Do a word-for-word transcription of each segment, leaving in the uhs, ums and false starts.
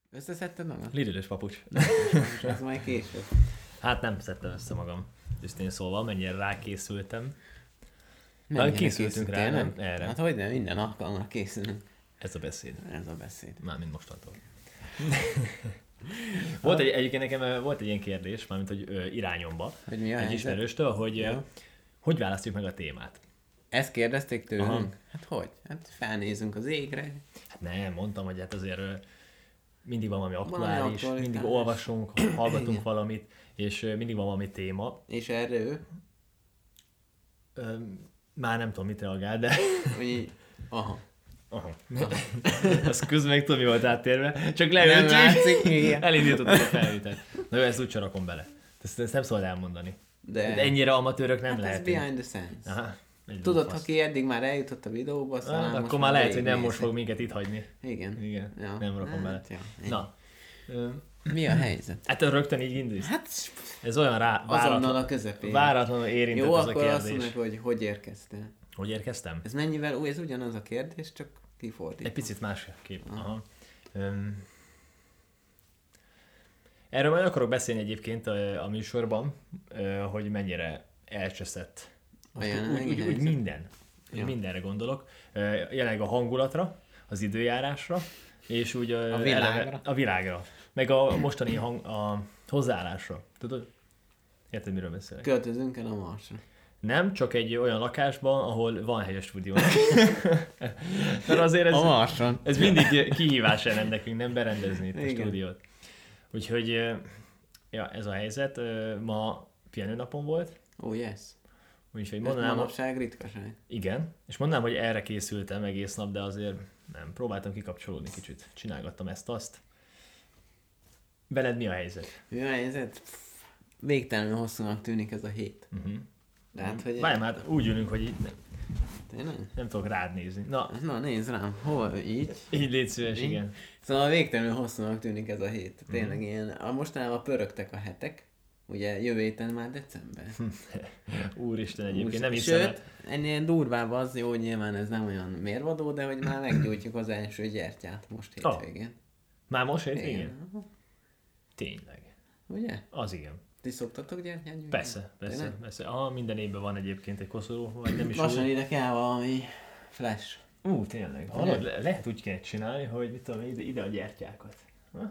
Összeszedted magad? Lidl-ös papucs. Ez majd később. Hát nem szedtem össze magam. Őszintén szóval, mennyire rákészültem. Mennyire készültünk rá, nem? nem? Erre. Hát hogy nem, minden alkalomra készülünk. Ez a beszéd. Ez a beszéd. Mármint mostantól. Volt egy, egyébként nekem volt egy ilyen kérdés, mármint hogy ö, irányomba. Hogy mi a egy helyzet? ismerőstől, hogy Ja. ö, hogy választjuk meg a témát. Ezt kérdezték tőlünk? Aha. Hát hogy? Hát felnézünk az égre. Hát nem, mondtam, hogy hát azért ö, mindig van valami aktuális, aktualitás. mindig olvasunk, hallgatunk Igen. valamit, és ö, mindig van valami téma. És erre ő? Ö, már nem tudom, mit reagál, de... Hogy így, aha. Aha. Azt közben meg tudom, mi volt áttérve. Csak Nem leültünk, látszik, igen. elindítottuk a felvételt. Na jó, ezt úgy csarakom bele. Ezt, ezt nem szabad elmondani. De, De ennyire amatőrök nem hát ez lehetünk. behind the scenes. Aha, egy Tudod, lófasz. aki eddig már eljutott a videóba, Ah, aztán most akkor már lehet, hogy nem végignézi. most fog minket itt hagyni. Igen. Igen, Ja. nem rakom bele. Hát, ja. Ennyi. Na, ö, Mi a helyzet? hát rögtön így indulsz. Hát Ez olyan rá, azonnal a váratlan, közepén. váratlanul érintett Jó, ez a akkor azt kérdés. mondjuk, hogy hogy érkeztél. Hogy érkeztem? Ez mennyivel új, ez ugyanaz a kérdés, csak kifordítva. Egy picit másképp. Aha. Aha. Öm, Erről majd akarok beszélni egyébként a, a műsorban, ö, hogy mennyire elcseszett. Most jelenlegi úgy, úgy, úgy helyzet? minden. Úgy Ja. mindenre gondolok. Ö, Jelenleg a hangulatra, az időjárásra, és úgy ö, A világra. eleve- a világra. Meg a mostani hang, a hozzáállásra. Tudod? Érted, miről beszélek? Költözünk el a Marsra. Nem, csak egy olyan lakásban, ahol van hely a stúdiónak. Mert azért ez, A Marson. ez mindig kihívás ellen nekünk, nem berendezni itt a Igen. stúdiót. Úgyhogy, ö, ja, ez a helyzet. Ö, Ma pihenőnapon volt, Oh yes. úgyhogy Ez mondanám, manapság ritkaság. igen, és mondanám, hogy erre készültem egész nap, de azért nem, próbáltam kikapcsolódni kicsit. Csinálgattam ezt-azt. Veled mi a helyzet? Mi a helyzet? Pff, Végtelenül hosszúnak tűnik ez a hét. Uh-huh. De hát, hogy... Várj már, úgy ülünk, hogy így nem, Tényleg? nem tudok rád nézni. Na, Na nézd rám, hol így? így légy szíves, Így? igen. Szóval végtelenül hosszúnak tűnik ez a hét. Mhm. Tényleg ilyen, a mostanában pörögtek a hetek. Ugye jövő héten már december. Úristen, egyébként Úgy- nem hiszem el. Sőt, ennél durvább az, jó, hogy nyilván ez nem olyan mérvadó, de hogy már meggyújtjuk az első gyertyát most Ah. hétvégén. Már most hétvégén? Igen. Aha. Tényleg. Ugye? Az igen. Ti szoktatok gyertyát gyújtani? Persze, persze, Tényleg? persze. Ah, minden évben van egyébként egy koszorú, vagy nem is Lassan úgy. ide kell valami flash. Ú, tényleg. Hallod, le- lehet úgy kell csinálni, hogy mit tudom, ide, ide a gyertyákat. Ha?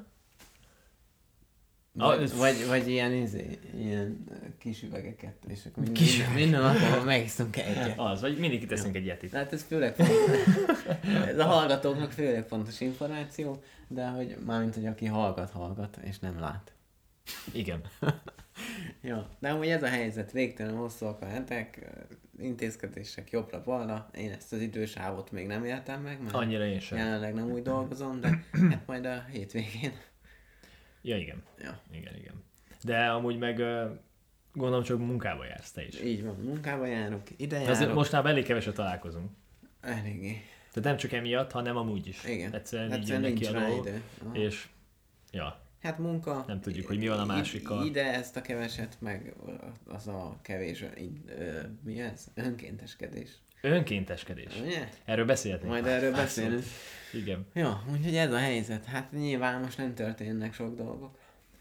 Vagy, Ah, ez- vagy, vagy ilyen, izé, ilyen ö, kis üvegeket, és akkor minden, Kis minden, minden alkalommal megisztunk egyet. Az, vagy mindig kiteszünk egy jetit. Hát ez főleg fontos. Ez a hallgatóknak főleg fontos információ, de hogy mármint, hogy aki hallgat, hallgat, és nem lát. Igen. Ja, de amúgy ez a helyzet, végtelen hosszúak a hetek, ö, intézkedések jobbra-balra, én ezt az idősávot még nem éltem meg, mert Annyira én sem. jelenleg nem úgy dolgozom, de hát majd a hétvégén. Ja, igen. Ja, Igen, igen. De amúgy meg ö, gondolom csak munkába jársz te is. így van, munkába járok, ide Azért járok, mostanában elég keveset találkozunk. eléggé. Tehát nem csak emiatt, hanem amúgy is. Igen. Egyszerűen így Egyszerűen jönnek nincs ki a rá dolgok, idő. Aha. és ja, Hát munka. Nem tudjuk, hogy mi van a i- másikkal. Ide ezt a keveset, meg az a kevés, így, ö, mi ez? Önkénteskedés. önkénteskedés. Ugye? Erről beszélhetnénk. Majd már. erről Pár beszélünk. szót. Igen. Ja, úgyhogy ez a helyzet. Hát nyilván most nem történnek sok dolgok.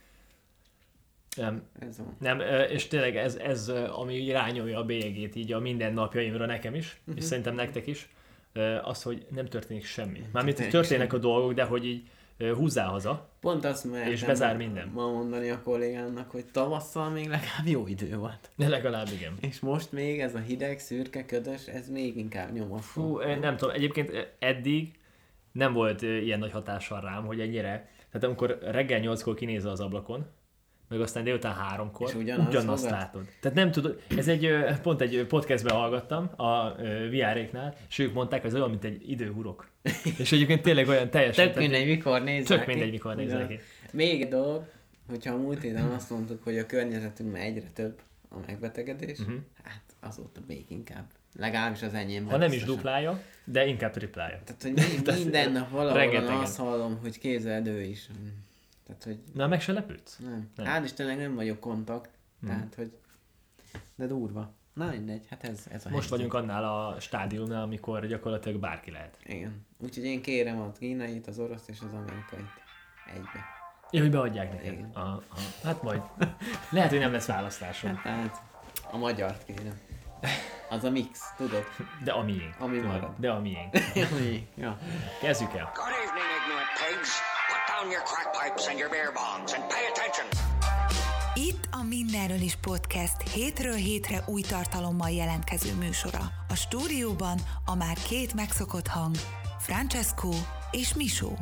Nem, Ez van. nem, ö, és tényleg ez, ez ö, ami irányolja a bélyegét így a mindennapjaimra nekem is, Mhm. és szerintem nektek is, ö, az, hogy nem történik semmi. Mármint, hogy történik történnek a dolgok, de hogy így ö, húzzál haza. Pont azt mertem És bezár minden. ma mondani a kollégámnak, hogy tavasszal még legalább jó idő volt. De legalább igen. És most még ez a hideg, szürke, ködös, ez még inkább nyomos. Fú, ö, nem tudom, egyébként ö, eddig nem volt ö, ilyen nagy hatással rám, hogy ennyire. Tehát amikor reggel nyolckor kinézel az ablakon, meg aztán délután háromkor, És ugyanaz ugyanazt fogad? látod. Tehát nem tudod, ez egy, ö, pont egy ö, podcastben hallgattam a ö, vé er-éknál, és ők mondták, hogy ez olyan, mint egy időhurok. És egyébként tényleg olyan teljesen. Tök mindegy, mikor nézel Tök ki. mindegy, mikor nézel Ja. ki. Még egy dolog, hogyha a múlt héten azt mondtuk, hogy a környezetünkben egyre több a megbetegedés, Mhm. hát azóta még inkább. Legalábbis az enyém. Ha nem is biztosan. duplája, de inkább triplája. Tehát, hogy mi- minden nap valahol rengetegen. azt hallom, hogy képzeld ő is. Mm. Tehát, hogy Na, meg se lepődsz? nem. Nem. Hál' Istennek nem vagyok kontakt. Mhm. Tehát, hogy de durva. Na mindegy, hát ez, ez a Most helyzet. vagyunk annál a stádiumnál, amikor gyakorlatilag bárki lehet. Igen. Úgyhogy én kérem a kínait, az oroszt és az amerikait. Egybe. Ja, hogy beadják neked. Igen. Aha, aha. Hát majd. Lehet, hogy nem lesz választásom. Hát, a magyart kérem. Az a mix, tudod? De a miénk. Ami Tudod, marad. De a miénk. Ami, ja. Kezdjük el. Good evening, ignorant pigs. Put down your crack pipes and your beer bongs and pay attention. Itt a Mindenről is podcast hétről hétre új tartalommal jelentkező műsora. A stúdióban a már két megszokott hang, Francesco és Misó.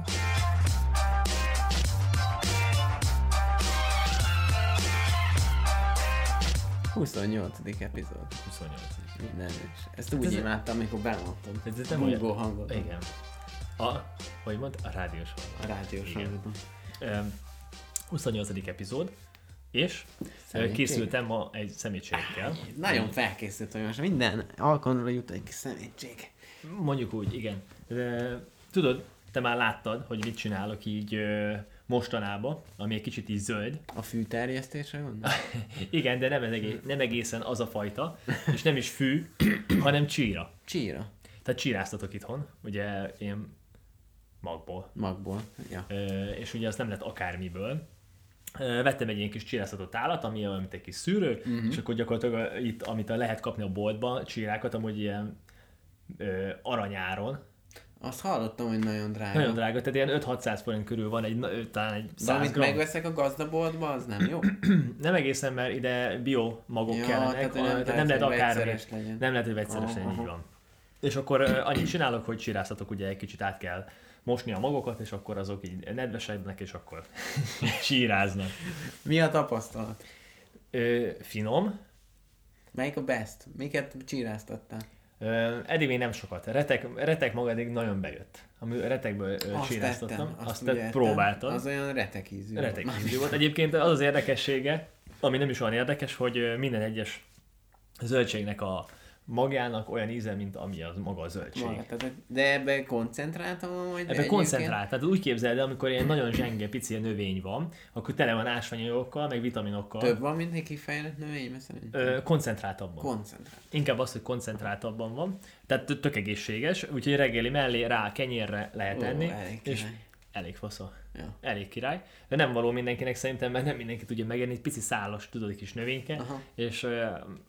huszonnyolcadik epizód. huszonnyolc. Minden is. Ezt úgy imádtam, amikor bemondtam. Ez nem Búgó olyan- hangot. Igen. A, hogy mondta? A rádiós hangot. A rádiós Igen. hangot. Öm, huszonnyolcadik epizód, és ö, Szemétség? készültem ma egy szemétségekkel. Nagyon felkészült, hogy most minden alkalomra jut egy kis szemétség. Mondjuk úgy, igen. De, tudod, te már láttad, hogy mit csinálok így ö, mostanában, ami egy kicsit így zöld. A fűterjesztésre gondol? Igen, de nem, egész, nem egészen az a fajta, és nem is fű, hanem csíra. Csíra. Tehát csíráztatok itthon, ugye én magból. Magból. Ja. Ö, és ugye azt nem lett akármiből. Ö, vettem egy ilyen kis csíráztatott állat, ami olyan, mint egy kis szűrő, uh-huh. és akkor gyakorlatilag a- itt, amit a lehet kapni a boltban, csírákat, amúgy ilyen ö, aranyáron. Azt hallottam, hogy nagyon drága. Nagyon drága, tehát ilyen öt-hatszáz forint körül van, egy, ö, talán egy De száz amit gram. megveszek a gazdaboltba, az nem jó? Nem egészen, mert ide bio magok Ja, kellenek, tehát tehát, nem tehát nem lehet, lehet hogy akármi. vegyszeres legyen. Nem lehet, hogy vegyszeres Aha, legyen, így aha. van. És akkor ö, annyit csinálok, hogy csiráztatok, ugye egy kicsit át kell mosni a magokat, és akkor azok így nedvesednek, és akkor csíráznak. Mi a tapasztalat? Ö, finom. Melyik a best? Miket csíráztattál? Ö, eddig még nem sokat. Retek, retek magadék nagyon bejött. Ami retekből ö, Azt csíráztattam. tettem, Azt ugye te ettem. próbáltad. Az olyan retek ízű. volt. Retek ízű volt. Egyébként az az érdekessége, ami nem is olyan érdekes, hogy ö, minden egyes zöldségnek a magjának olyan íze, mint ami az maga a zöldség. Ma, tehát, de ebbe koncentráltam, hogy Ebben koncentrált, tehát úgy képzeld el, amikor ilyen nagyon zsenge pici növény van, akkor tele van ásványanyagokkal, meg vitaminokkal. Több van, mint egy kifejlett növény, szerintem. Ö, koncentráltabban. Koncentrált. Inkább az, hogy koncentráltabban van. Tehát tö- tök egészséges, úgyhogy reggeli mellé rá kenyérre lehet Ó, enni. elég és király. elég fasza. Ja. Elég király. De nem való mindenkinek szerintem, mert nem mindenki tudja megenni, pici szálas, tudod, egy kis növényke, Aha. és ö,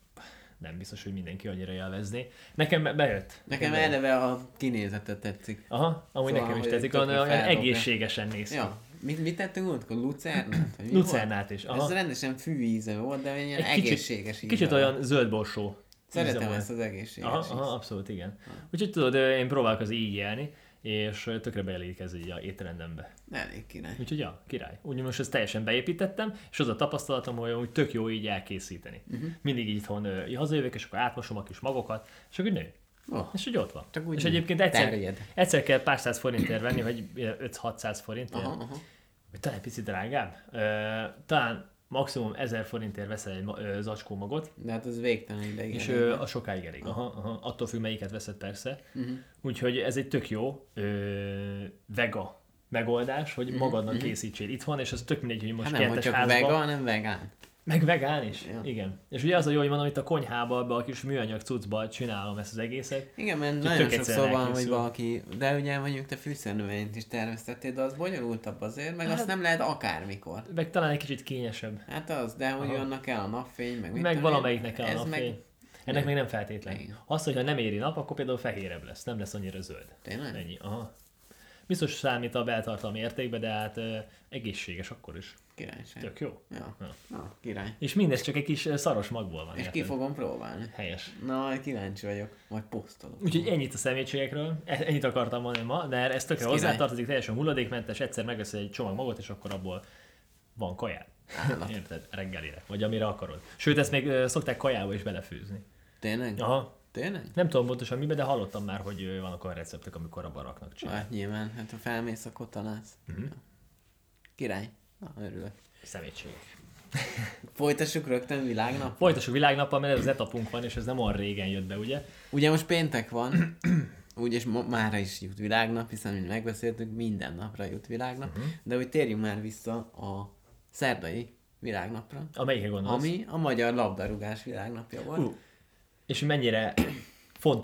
nem biztos, hogy mindenki annyira élvezni. Nekem be- bejött. Nekem bejött. eleve a kinézetet tetszik. Aha, amúgy Szóval, nekem is hogy tetszik, tök olyan, olyan feldobja. egészségesen néz ki. Ja. Mit, mit tettünk múltkor? Lucernát? Vagy mi Lucernát is. volt? Aha. Ez rendesen fű íze volt, de ilyen Egy kicsit- egészséges íze. Kicsit volt. olyan zöldborsó. íze Szeretem volt. ezt az egészséges Aha, ízt. aha, abszolút, igen. Úgyhogy tudod, én próbálok az így élni, és tökre beelég ez így a étrendembe. Elég király. Úgyhogy ja, király. Úgy most ezt teljesen beépítettem, és az a tapasztalatom, hogy úgy tök jó így elkészíteni. Uh-huh. Mindig így itthon ö, így hazajövök, és akkor átmosom a kis magokat, és akkor úgy nő. Oh. És úgy ott van. Csak úgy és nő. egyébként egyszer, Terjed. egyszer kell pár száz forintért venni, vagy öt-hatszáz forintért. Aha, aha. Vagy talán egy picit drágább. Ö, talán maximum ezer forintért veszel egy ma- ö, zacskó magot, De hát az végtelen ideig. és elég. ö, a sokáig elég. Aha, aha. Attól függ, melyiket veszed persze. Uh-huh. Úgyhogy ez egy tök jó ö, vega megoldás, hogy uh-huh. magadnak uh-huh. készítsél itthon, és ez tök mindegy, hogy most Hát nem, hogy kertes csak házban. vega, hanem vegán. Meg vegán is? Ja. Igen. És ugye az a jó, hogy mondom, itt a konyhába, be a kis műanyag cuccba csinálom ezt az egészet. Igen, mert Tök nagyon egyszerűen sokszor van, hogy elkészül. valaki, de ugye mondjuk te fűszernövényt is terveztettél, de az bonyolultabb azért, meg Hát- azt nem lehet akármikor. Meg talán egy kicsit kényesebb. Hát az, de hogy Aha. annak kell a napfény, meg mit Meg tudom én, valamelyiknek kell a ez napfény. meg... Ennek Nem. még nem feltétlen. Igen. Az, hogyha nem éri nap, akkor például fehérebb lesz, nem lesz annyira zöld. Tényleg? Ennyi. Aha. Biztos számít a beltartalmi értékbe, de hát ö, egészséges akkor is. Királyság. Tök jó. Ja. Ja. Na, király. És mindez csak egy kis ö, szaros magból van. És ki érted? fogom próbálni. Helyes. Na, kíváncsi vagyok. Majd posztolok. Úgyhogy ennyit a szemétségekről, E- ennyit akartam mondani ma, de ez tökre Ez hozzátartozik, teljesen hulladékmentes, egyszer megveszel egy csomag magot, és akkor abból van kajád. Állat. Érted? Reggelire, vagy amire akarod. Sőt, ezt még ö, szokták kajába is belefőzni. Tényleg? Aha. Tényleg? Nem tudom pontosan miben, de hallottam már, hogy ö, vannak olyan receptek, amikor abban raknak csinálni. Hát nyilván, hát ha felmész, akkor találsz. Mhm. Ja. Király. Na, örülök. Szemétségek. Folytassuk rögtön világnap. Folytassuk világnappal, mert ez az etapunk van, és ez nem olyan régen jött be, ugye? Ugye most péntek van, úgyis ma- mára is jut világnap, hiszen mint megbeszéltük, minden napra jut világnap, Mhm. uh-huh. de hogy térjünk már vissza a szerdai világnapra, A melyikre gondolsz? ami a magyar labdarúgás világnapja volt. Ú. És mennyire fontos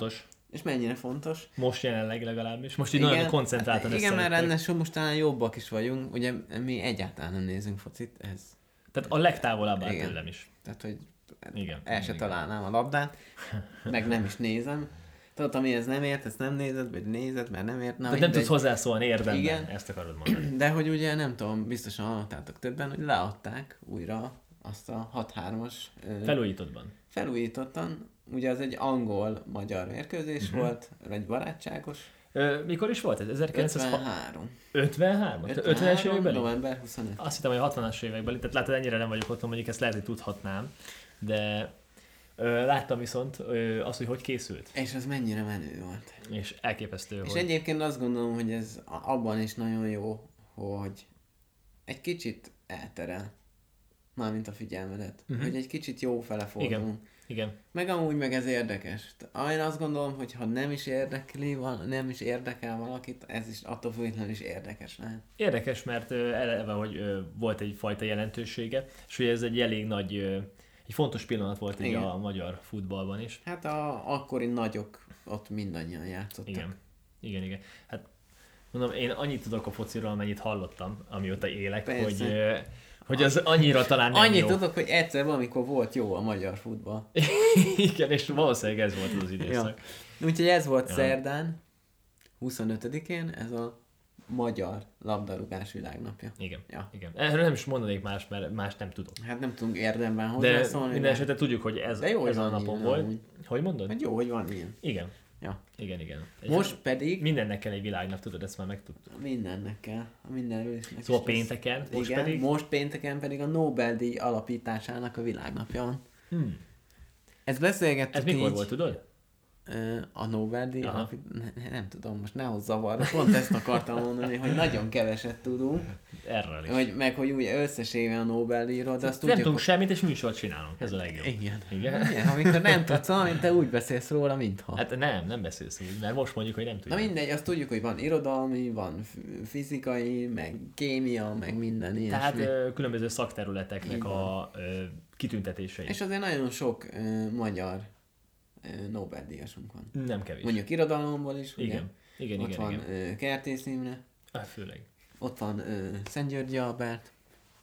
És mennyire fontos. Most jelenleg legalábbis. Most így nagyon koncentráltan Igen, mert ennél so most talán jobbak is vagyunk. Ugye mi egyáltalán nem nézünk focit. Ez... Tehát a legtávolabb áll tőlem is. Tehát, hogy igen, el se igen. találnám a labdát, meg nem is nézem. Tudod, amihez nem ért, ezt nem nézed, vagy nézed, mert nem ért. Na, Tehát nem tudsz hozzászólni érdemben, igen. Ezt akarod mondani. De hogy ugye nem tudom, biztosan hallottátok többen, hogy leadták újra azt a hat hármas... Felújítottban. Felújítottan. Ugye az egy angol-magyar mérkőzés uh-huh. volt, egy barátságos. Ö, mikor is volt ez? ezerkilencszázötvenhárom. ötvenhárom? ötvenes években? november huszonöt. Azt hittem, hogy a hatvanas években. Tehát látod, ennyire nem vagyok otthon, mondjuk ezt lehet, hogy tudhatnám. De ö, láttam viszont ö, azt, hogy hogy készült. És az mennyire menő volt. És elképesztő, És hogy... egyébként azt gondolom, hogy ez abban is nagyon jó, hogy egy kicsit elterel. Mármint a figyelmedet. Uh-huh. Hogy egy kicsit jó fele fordulunk. Igen. Igen. Meg amúgy meg ez érdekes. Én azt gondolom, hogy ha nem is érdekli, nem is érdekel valakit, ez is attól függetlenül is érdekes lehet. Érdekes, mert eleve, hogy volt egyfajta jelentősége, és hogy ez egy elég nagy, egy fontos pillanat volt így a magyar futballban is. Hát a akkori nagyok ott mindannyian játszottak. Igen, igen, igen. Hát mondom, én annyit tudok a fociról, amennyit hallottam, amióta élek, persze. hogy... Hogy az annyira talán nem Annyit jó. tudok, hogy egyszer valamikor volt jó a magyar futball. Igen, és valószínűleg ez volt az időszak. Ja. Úgyhogy ez volt ja. szerdán, huszonötödikén, ez a magyar labdarúgás világnapja. Igen, ja. igen. Erről nem is mondanék más, mert más nem tudok. Hát nem tudunk érdemben hozzászólni. De minden esetre tudjuk, hogy ez, jó, ez a napon ilyen, volt. Amúgy. Hogy mondod? Hát jó, hogy van ilyen. Igen. Ja. Igen, igen. Egy most pedig... Mindennek kell egy világnap, tudod, ezt már megtudtuk. Mindennek kell. Mindenről is. Szóval pénteken, most igen, pedig... most pénteken pedig a Nobel-díj alapításának a világnapja van. Hmm. Ezt beszélgettük Ez mikor így, volt, tudod? A Nobel-díj alapít... ne, nem tudom, most nehoz zavarra. Pont ezt akartam mondani, hogy nagyon keveset tudunk. Erről is. Hogy, meg hogy úgy összességében a Nobel-díjról, de azt tudjuk... Nem tudunk hogy... semmit, és műsort csinálunk. Ez a legjobb. Igen. Igen. Igen, amikor nem tudsz valamit, te úgy beszélsz róla, mintha. Hát nem, nem beszélsz úgy, mert most mondjuk, hogy nem tudjuk. Na mindegy, azt tudjuk, hogy van irodalmi, van fizikai, meg kémia, meg minden ilyesmi. Tehát ö, különböző szakterületeknek a ö, kitüntetései. És azért nagyon sok ö, magyar ö, Nobel-díjasunk van. Nem kevés. Mondjuk irodalomból is, ugye? Igen, igen, Ott igen. van igen. Ö, Kertész Imre. Ah, főleg. Ott van ö, Szentgyörgyi Albert.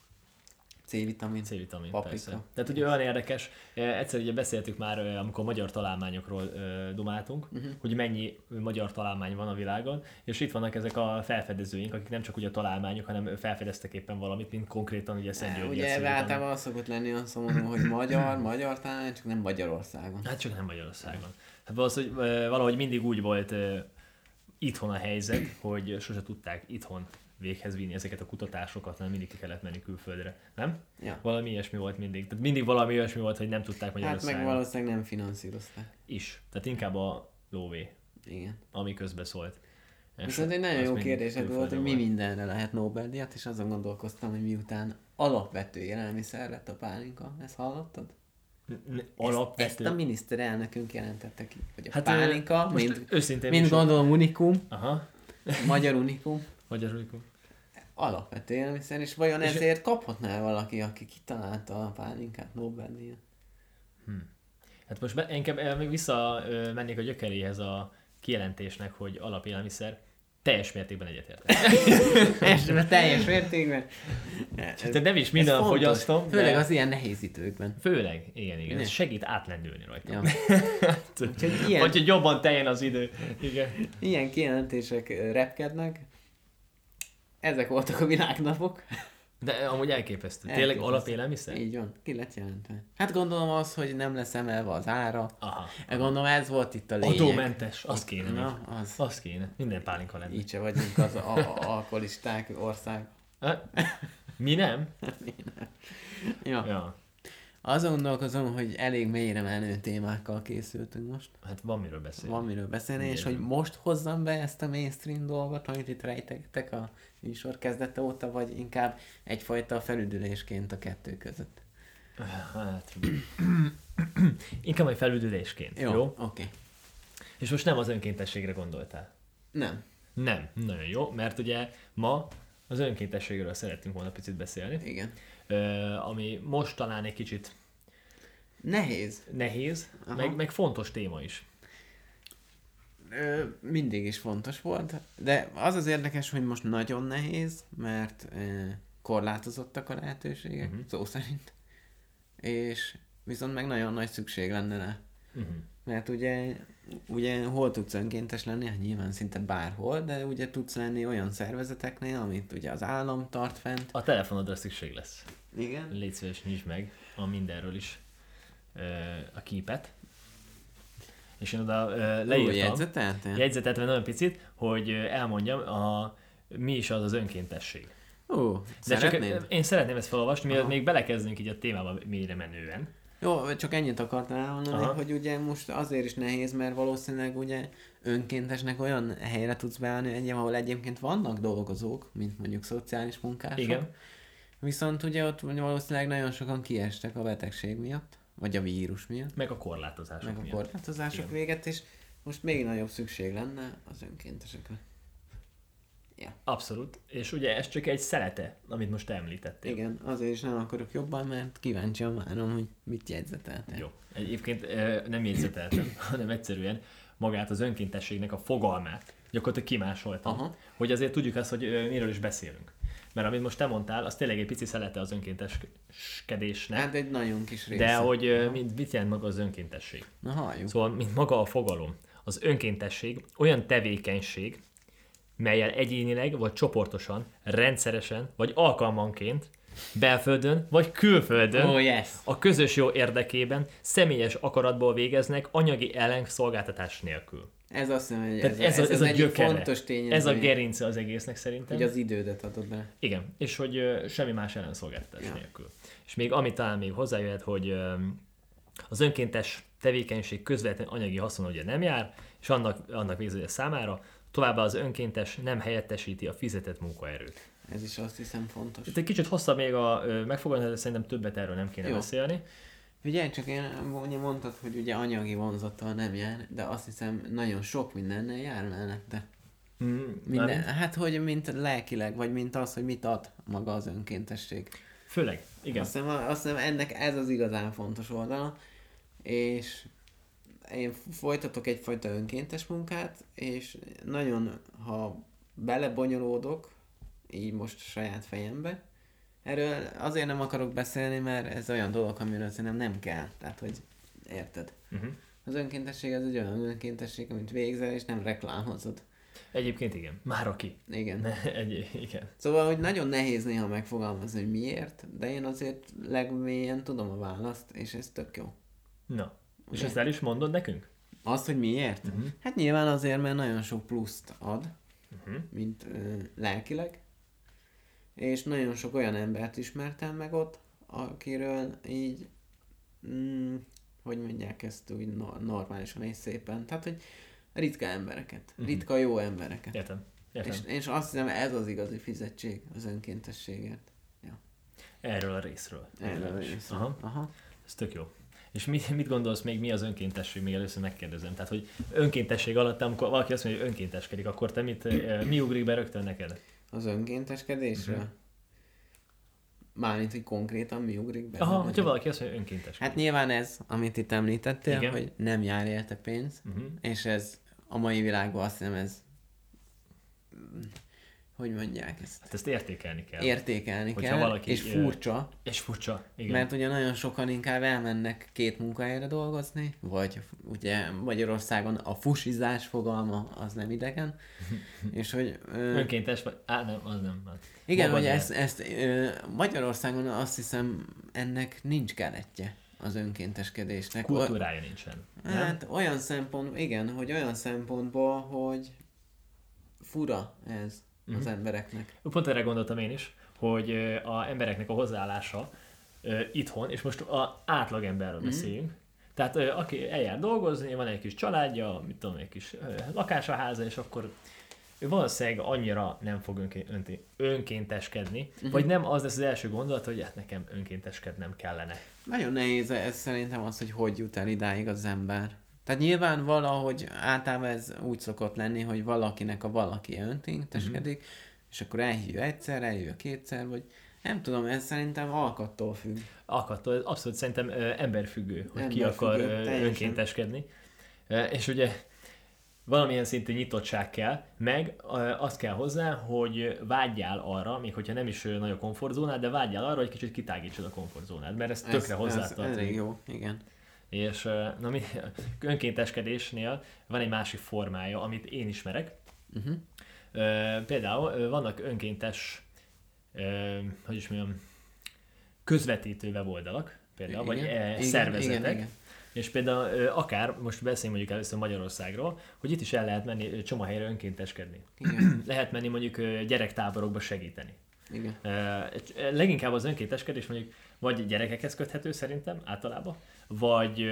C-vitamin. C-vitamin, paprika. persze. Tehát ugye olyan érdekes, egyszer ugye beszéltük már, amikor magyar találmányokról uh, dumáltunk, uh-huh. hogy mennyi magyar találmány van a világon, és itt vannak ezek a felfedezőink, akik nem csak ugye a találmányok, hanem felfedeztek éppen valamit, mint konkrétan ugye Szentgyörgyi. Ugye általában az szokott lenni olyan szomorú, hogy magyar, magyar találmány, csak nem Magyarországon. Hát csak nem Magyarországon. Hát valószínűleg valahogy mindig úgy volt uh, itthon a helyzet, hogy sose tudták itthon véghez vinni ezeket a kutatásokat, nem mindig ki kellett menni külföldre, nem? Ja. Valami ilyesmi volt mindig. Tehát mindig valami ilyesmi volt, hogy nem tudták Magyarországon. Hát meg valószínűleg nem finanszírozták. Is. Tehát inkább a lóvé. Igen. Ami közbe szólt. Viszont egy nagyon jó kérdésed volt, hogy mi mindenre lehet Nobel-díjat, és azon gondolkoztam, hogy miután alapvető élelmiszer lett a pálinka. Ezt hallottad? Alapvető. Ezt, ezt a miniszterelnökünk jelentette ki, hogy a hát pálinka, mint, őszintén mint gondolom unikum, Aha. magyar unikum, magyar unikum. Alapvető élelmiszer, és vajon és ezért kaphatná valaki, aki kitalálta a pálinkát Nobel-díjat? Hmm. Hát most be, inkább még vissza mennék a gyökeréhez a kijelentésnek, hogy alapélelmiszer. Teljes mértékben egyetértek. teljes mértékben. Tehát nem is minden nap fogyasztom. Főleg az ilyen nehéz időkben. Főleg, igen, igen. Ez segít átlendülni rajta. Ja. ilyen... Vagy hogy jobban teljen az idő. Igen. Ilyen kijelentések repkednek. Ezek voltak a világnapok. De amúgy elképesztő. Tényleg alapélelmiszer? Így van, ki lett jelentve. Hát gondolom az, hogy nem lesz emelve az ára. Aha. Gondolom ez volt itt a lényeg. Adómentes, az kéne. Na, az. az kéne. Minden pálinka lenne. Így se vagyunk az alkoholisták ország. Mi nem? Mi nem. Ja. ja. Azon gondolkozom, hogy elég mélyre menő témákkal készültünk most. Hát van miről beszélni. Van miről beszélni, Miért és nem? Hogy most hozzam be ezt a mainstream dolgot, amit itt rejtettek a műsor kezdete óta, vagy inkább egyfajta felüdülésként a kettő között? Hát... inkább egy felüdülésként, jó? Jó, oké. Okay. És most nem az önkéntességre gondoltál? Nem. Nem, nagyon jó, mert ugye ma az önkéntességről szerettünk volna picit beszélni. Igen. Uh, ami most talán egy kicsit nehéz. Nehéz, meg, meg fontos téma is. ö, mindig is fontos volt, de az az érdekes, hogy most nagyon nehéz, mert ö, korlátozottak a lehetőségek, uh-huh. szó szerint, és viszont meg nagyon nagy szükség lenne rá. Uh-huh. Mert ugye, ugye hol tudsz önkéntes lenni? Hát nyilván szinte bárhol, de ugye tudsz lenni olyan szervezeteknél, amit ugye az állam tart fent. A telefonodra szükség lesz. Igen. Légy szíves, nyisd meg a mindenről is ö, a képet. És én oda ö, leírtam. Ó, jegyzeteltél? Jegyzeteltem nagyon picit, hogy elmondjam, a, mi is az az önkéntesség. Ó, de szeretnéd? Csak, én szeretném ezt felolvasni, mielőtt még belekezdünk így a témába mélyre menően. Jó, csak ennyit akartam elmondani, Aha. hogy ugye most azért is nehéz, mert valószínűleg ugye önkéntesnek olyan helyre tudsz beállni, egy, ahol egyébként vannak dolgozók, mint mondjuk szociális munkások. Igen. Viszont ugye ott valószínűleg nagyon sokan kiestek a betegség miatt, vagy a vírus miatt. Meg a korlátozások Meg a miatt. korlátozások Igen. véget, és most még nagyobb szükség lenne az önkéntesekre. Ja. Abszolút. És ugye ez csak egy szelete, amit most említettél. Igen, azért is nem akarok jobban, mert kíváncsian várom, hogy mit jegyzeteltél. Jó. Egyébként nem jegyzeteltem, hanem egyszerűen magát az önkéntességnek a fogalmát gyakorlatilag kimásoltam. Aha. Hogy azért tudjuk azt, hogy miről is beszélünk. Mert amit most te mondtál, az tényleg egy pici szelete az önkénteskedésnek. Hát egy nagyon kis része. De hogy mit, mit jelent maga az önkéntesség? Na halljuk. Szóval, mint maga a fogalom. Az önkéntesség olyan tevékenység, mellyel egyénileg vagy csoportosan, rendszeresen vagy alkalmanként, belföldön vagy külföldön oh, yes. a közös jó érdekében személyes akaratból végeznek anyagi ellenszolgáltatás nélkül. Ez azt hiszem, hogy ez, ez, ez, ez, ez a gyökere, fontos tényező. Ez a gerince az egésznek szerintem. Hogy az idődet adod be. Igen, és hogy uh, semmi más ellenszolgáltatás ja. nélkül. És még ami talán még hozzájöhet, hogy uh, az önkéntes tevékenység közvetlen anyagi haszon ugye nem jár, és annak, annak végzője számára, továbbá az önkéntes nem helyettesíti a fizetett munkaerőt. Ez is azt hiszem fontos. Itt egy kicsit hosszabb még a megfogalmazás, de szerintem többet erről nem kéne Jó. beszélni. Figyelj, csak én mondtad, hogy ugye anyagi vonzattal nem jár, de azt hiszem nagyon sok mindennel jár mellette. Mm, Minden, hát, hogy mint lelkileg, vagy mint az, hogy mit ad maga az önkéntesség. Főleg, igen. Azt hiszem, azt hiszem ennek ez az igazán fontos oldala, és én folytatok egyfajta önkéntes munkát, és nagyon, ha belebonyolódok, így most saját fejembe, erről azért nem akarok beszélni, mert ez olyan dolog, amiről szerintem nem kell. Tehát, hogy érted? Uh-huh. Az önkéntesség az egy olyan önkéntesség, amit végzel, és nem reklámozod. Egyébként igen. Már aki. Igen. Egy, igen. Szóval, hogy nagyon nehéz néha megfogalmazni, hogy miért, de én azért legmélyen tudom a választ, és ez tök jó. Na. És ezt el is mondod nekünk? Azt, hogy miért? Uh-huh. Hát nyilván azért, mert nagyon sok pluszt ad, uh-huh. mint ö, lelkileg, és nagyon sok olyan embert ismertem meg ott, akiről így, mm, hogy mondják ezt úgy normálisan és szépen, tehát, hogy ritka embereket, uh-huh. ritka jó embereket. Értem. Értem. És, és azt hiszem, ez az igazi fizetség az önkéntességért. Ja. Erről a részről. Erről a részről. Aha. Aha. Ez tök jó. És mit, mit gondolsz még, mi az önkéntesség? Még először megkérdezem. Tehát, hogy önkéntesség alatt, amikor valaki azt mondja, hogy önkénteskedik, akkor te mit, mi ugrik be rögtön neked? Az önkénteskedésre? Uh-huh. Mármint, hogy konkrétan mi ugrik be? Aha, hogyha valaki azt mondja, hogy önkénteskedik. Hát nyilván ez, amit itt említettél, Igen. hogy nem jár érte pénz, uh-huh. és ez a mai világban azt hiszem ez hogy mondják ezt? Hát ezt értékelni kell. Értékelni Hogyha kell, valaki, és furcsa. És furcsa, igen. Mert ugye nagyon sokan inkább elmennek két munkahelyre dolgozni, vagy ugye Magyarországon a fusizás fogalma az nem idegen, és hogy... Ö... Önkéntes vagy? Á, nem, az nem. Az. Igen, hogy ezt, ezt ö, Magyarországon azt hiszem ennek nincs keretje az önkénteskedésnek. Kultúrája nincsen. Hát nem? Olyan szempont, igen, hogy olyan szempontból, hogy fura ez az uh-huh. embereknek. Pont erre gondoltam én is, hogy a embereknek a hozzáállása uh, itthon, és most az átlagemberről uh-huh. beszéljünk, tehát uh, aki eljár dolgozni, van egy kis családja, mit tudom, egy kis uh, lakás a háza, és akkor ő valószínűleg annyira nem fog önké- önkénteskedni, uh-huh. vagy nem az lesz az első gondolat, hogy hát nekem önkénteskednem kellene. Nagyon nehéz ez szerintem az, hogy hogy jut el idáig az ember. Tehát nyilván valahogy általában ez úgy szokott lenni, hogy valakinek a valaki önkénteskedik, uh-huh. és akkor elhívja egyszer, elhívja kétszer, vagy nem tudom, ez szerintem alkattól függ. Alkattól, abszolút szerintem ö, emberfüggő, hogy emberfüggő, ki akar ö, önkénteskedni. E, és ugye valamilyen szintű nyitottság kell, meg azt kell hozzá, hogy vágyjál arra, még hogyha nem is nagy a komfortzónád, de vágyjál arra, hogy kicsit kitágítsad a komfortzónád, mert ez tökre hozzátartozik. Ez elég jó, igen. És na, mi, önkénteskedésnél van egy másik formája, amit én ismerek. Uh-huh. Például vannak önkéntes, hogy is mondjam, közvetítő weboldalak, például, igen, vagy igen, szervezetek. Igen, igen. És például akár, most beszéljünk mondjuk először Magyarországról, hogy itt is el lehet menni csomó helyre önkénteskedni. Igen. Lehet menni mondjuk gyerektáborokba segíteni. Igen. Leginkább az önkénteskedés mondjuk vagy gyerekekhez köthető szerintem általában, vagy,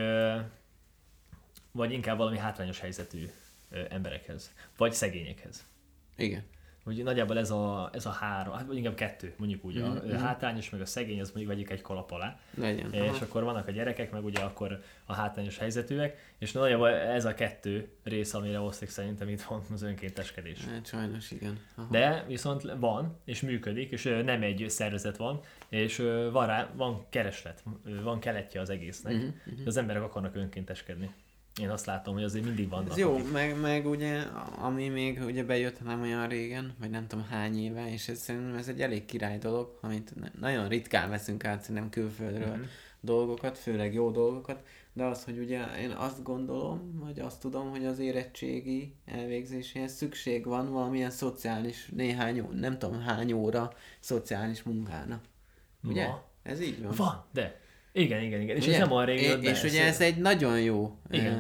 vagy inkább valami hátrányos helyzetű emberekhez, vagy szegényekhez. Igen. Hogy nagyjából ez a, ez a három, hát vagy inkább kettő, mondjuk úgy, mm-hmm. a hátrányos meg a szegény, az mondjuk vegyük egy kalap alá. Legyen. És aha. akkor vannak a gyerekek, meg ugye akkor a hátrányos helyzetűek, és nagyjából ez a kettő rész, amire osztik szerintem itt van az önkénteskedés. Hát sajnos igen. Aha. De viszont van, és működik, és nem egy szervezet van, és van rá, van kereslet, van keletje az egésznek, mm-hmm. az emberek akarnak önkénteskedni. Én azt látom, hogy azért mindig vannak. Ez jó, meg, meg ugye, ami még ugye bejött nem olyan régen, vagy nem tudom hány éve, és ez szerintem ez egy elég király dolog, amit nagyon ritkán veszünk át szerintem külföldről uh-huh. dolgokat, főleg jó dolgokat, de az, hogy ugye én azt gondolom, vagy azt tudom, hogy az érettségi elvégzéséhez szükség van valamilyen szociális, néhány, nem tudom hány óra szociális munkának. Ugye? Ma. Ez így van. Van, de... Igen, igen, igen. És ugye? Ez nem olyan régen. És ugye ez egy nagyon jó eh,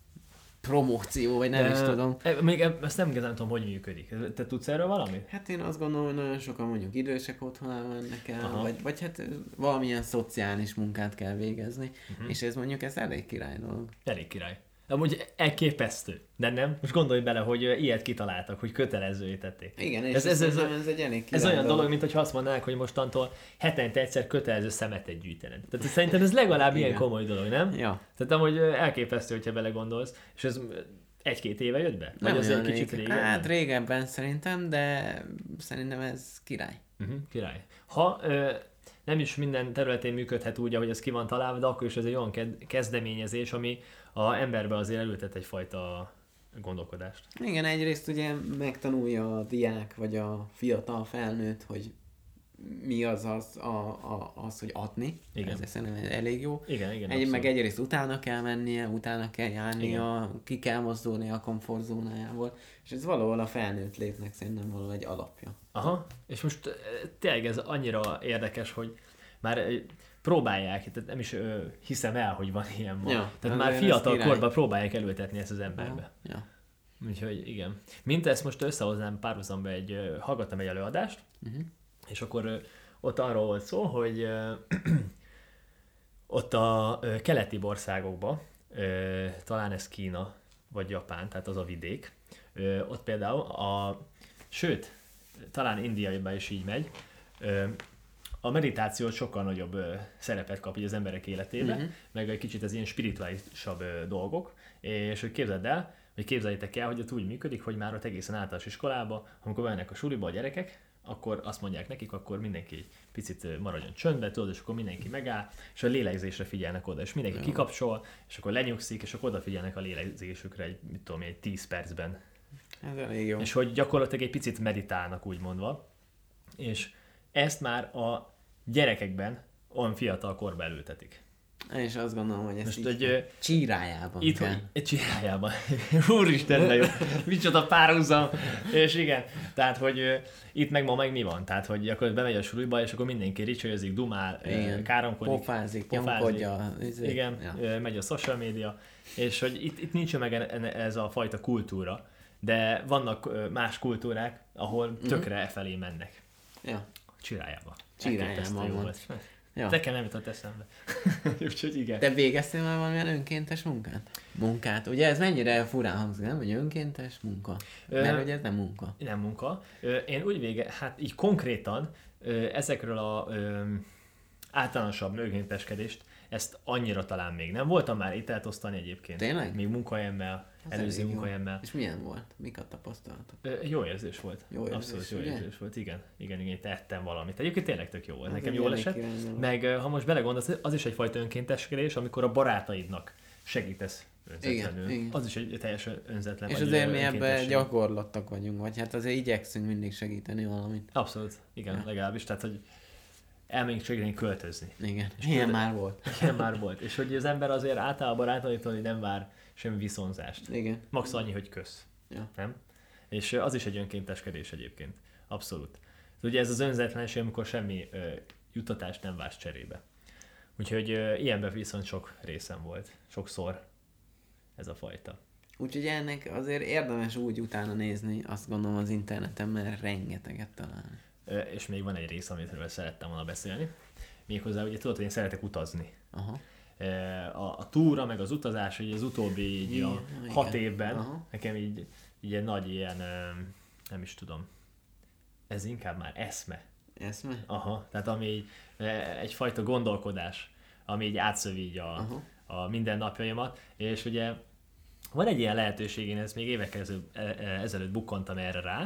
promóció, vagy nem de, is tudom. Még ezt nem igazán tudom, hogy működik. Te tudsz erről valamit? Hát én azt gondolom, hogy nagyon sokan mondjuk idősek otthonában mennek el, vagy, vagy hát valamilyen szociális munkát kell végezni, uh-huh. és ez mondjuk ez elég király dolog. Elég király. Amúgy elképesztő, de nem? Most gondolj bele, hogy ilyet kitaláltak, hogy kötelezővé tették. Igen, és ez, ez, ez, ez, egy elég ez olyan dolog, mint hogyha azt mondanák, hogy mostantól hetente egyszer kötelező szemetet gyűjtened. Tehát szerintem ez legalább ilyen komoly dolog, nem? Ja. Tehát amúgy elképesztő, hogyha belegondolsz, és ez egy-két éve jött be? Vagy az egy kicsit régebben? Hát régebben szerintem, de szerintem ez király. Uh-huh, király. Ha ö, nem is minden területén működhet úgy, ahogy ez ki van találva, de akkor is ez egy olyan kezdeményezés, ami a emberbe azért előtet egyfajta gondolkodást. Igen, egyrészt ugye megtanulja a diák, vagy a fiatal felnőtt, hogy mi az az, a, a, az hogy adni. Igen. Ez szerintem elég jó. Igen, igen, egy, meg egyrészt utána kell mennie, utána kell járnia, igen. ki kell mozdulni a komfortzónájából, és ez valahol a felnőtt létnek szerintem valahol egy alapja. Aha, és most tényleg ez annyira érdekes, hogy már próbálják, tehát nem is ö, hiszem el, hogy van ilyen ma. Ja, tehát már fiatal korban próbálják előtetni ezt az emberbe. Ja. Úgyhogy igen. Mint ezt most összehoznám párhuzamba egy, ö, hallgattam egy előadást, uh-huh. és akkor ö, ott arról volt szó, hogy ö, ott a ö, keleti országokban, ö, talán ez Kína vagy Japán, tehát az a vidék, ö, ott például a, sőt, talán Indiaiban is így megy, ö, a meditáció sokkal nagyobb ö, szerepet kap így az emberek életében, uh-huh. meg egy kicsit az ilyen spirituálisabb ö, dolgok, és hogy képzeld el, vagy képzeljétek el, hogy ott úgy működik, hogy már ott egészen általános iskolában, amikor bemennek a suliba a gyerekek, akkor azt mondják nekik, akkor mindenki egy picit maradjon csöndbe, tudod, és akkor mindenki megáll, és a lélegzésre figyelnek oda, és mindenki uh-huh. kikapcsol, és akkor lenyugszik, és akkor odafigyelnek a lélegzésükre egy, mit tudom, egy tíz percben. Ez elég jó. És hogy gyakorlatilag egy picit meditálnak, úgy mondva, és ezt már a gyerekekben olyan fiatal korba elültetik. Én is azt gondolom, hogy ezt most így egy, csírájában itt, kell. Egy csírájában. Úristen, de jó. Micsoda párhuzam. És igen, tehát, hogy uh, itt meg ma meg mi van? Tehát, hogy akkor bemegy a suliba, és akkor mindenki ricsőzik, dumál, uh, káromkodik. Pofázik, nyomkodja. Igen, ja. uh, megy a social media. És hogy itt, itt nincs meg ez a fajta kultúra, de vannak uh, más kultúrák, ahol tökre uh-huh. e felé mennek. Ja. Csirájába. Csirájában van. Ja. Nekem nem jutott eszembe. Úgyhogy igen. Te végeztél már valamilyen önkéntes munkát? Munkát. Ugye ez mennyire furán hangzik, nem? Hogy önkéntes munka? Ö, Mert hogy ez nem munka. Nem munka. Ö, én úgy vége, hát így konkrétan ö, ezekről a ö, általánosabb önkénteskedést, ezt annyira talán még nem. Voltam már ételt osztani egyébként. Tényleg? Még munkahelyemmel, előző munkahelyemmel. És milyen volt? Mik a tapasztalatok? Jó érzés volt. Jó érzés, abszolút jó ugye? érzés volt, igen. Igen, igen, tettem valamit. Egyébként tényleg tök jó volt. Az nekem jól esett. Meg ha most belegondolsz, az is egyfajta önkénteskedés, amikor a barátaidnak segítesz önzetlenül. Igen, igen. Az is egy teljesen önzetlen. És vagy azért mi ebben önkéntesség. gyakorlottak vagyunk, vagy hát azért igyekszünk mindig segíteni valamit. Abszolút, igen, ja. legalábbis. Tehát, hogy elmegyünk segíteni költözni. Igen, és ilyen köl... már volt. Ilyen már volt. És hogy az ember azért általában rátanítani, hogy nem vár semmi viszonzást. Igen. Max annyi, hogy kösz. Ja. Nem? És az is egy önkénteskedés egyébként. Abszolút. Ugye ez az önzetlenség, amikor semmi ö, juttatást nem vársz cserébe. Úgyhogy ö, ilyenben viszont sok részem volt. Sokszor ez a fajta. Úgyhogy ennek azért érdemes úgy utána nézni, azt gondolom az interneten, mert rengeteget találni. Ö, és még van egy rész, amitről szerettem volna beszélni. Méghozzá, ugye tudod, hogy én szeretek utazni. Aha. A, a túra, meg az utazás, hogy az utóbbi így Igen, a igen. hat évben, Aha. nekem így, így egy nagy ilyen, nem is tudom, ez inkább már eszme. Eszme? Aha, tehát ami így, egyfajta gondolkodás, ami így átszövi így a, a mindennapjaimat, és ugye van egy ilyen lehetőség, én ezt még évekkel ezelőtt bukkantam erre rá,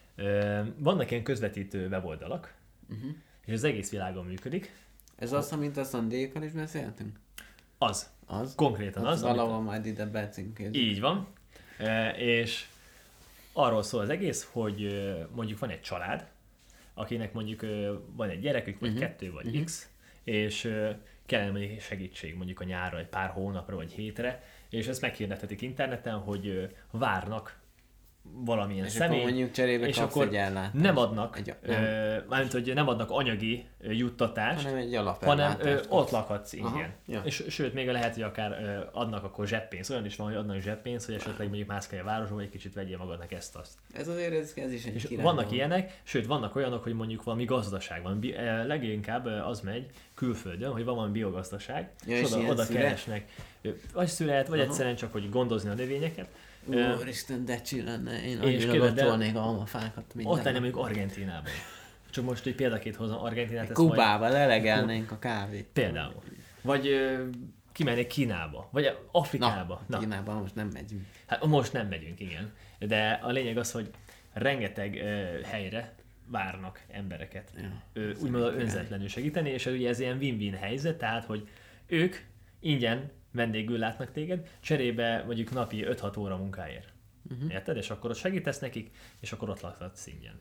vannak ilyen közvetítő weboldalak, uh-huh. és az egész világon működik. Ez az, amit a Szandékkal is beszéltünk? Az. Az? Konkrétan hát az. Valahol amit... majd ide becímkézzük. Így van. E, és arról szól az egész, hogy mondjuk van egy család, akinek mondjuk van egy gyerekük, vagy uh-huh. kettő, vagy uh-huh. x, és kellene mondjuk segítség mondjuk a nyárra, egy pár hónapra, vagy hétre, és ezt meghirdethetik interneten, hogy várnak valamilyen és személy, akkor mondjuk cserébe és kapsz akkor egy ellátást. nem adnak, egy, nem. Ö, mármint, hogy nem adnak anyagi juttatást, hanem egy hanem ö, ott lakhatsz ingyen. Aha, ja. És sőt, még lehet, hogy akár ö, adnak akkor zseppénzt. Olyan is van, hogy adnak zseppénzt, hogy esetleg mondjuk mászkálj a városba, vagy egy kicsit vegyél magadnak ezt-azt. Ez azért ez, ez is egy És király vannak van. ilyenek, sőt vannak olyanok, hogy mondjuk valami gazdaság van. Bi- eh, leginkább az megy külföldön, hogy van valami biogazdaság, ja, és, és oda, oda szület? keresnek vagy szület, vagy Aha. egyszerűen csak, hogy gondozni a növényeket. Úristen, de csinálne, én és annyira gotolnék a almafákat minden. Ott lenne mondjuk Argentínában. Csak most egy példakét hozom Argentinát. Kubába majd... lelegelnénk a kávét. Például. Vagy ö, kimennék Kínába, vagy Afrikába. Na, Na. Kínába most nem megyünk. Hát most nem megyünk, igen. De a lényeg az, hogy rengeteg ö, helyre várnak embereket. Ja, Ö, úgymond önzetlenül segíteni, és ugye ez ilyen win-win helyzet, tehát, hogy ők ingyen vendégül látnak téged, cserébe mondjuk napi öt-hat óra munkáért. Uh-huh. Érted? És akkor ott segítesz nekik, és akkor ott lakhatsz ingyen.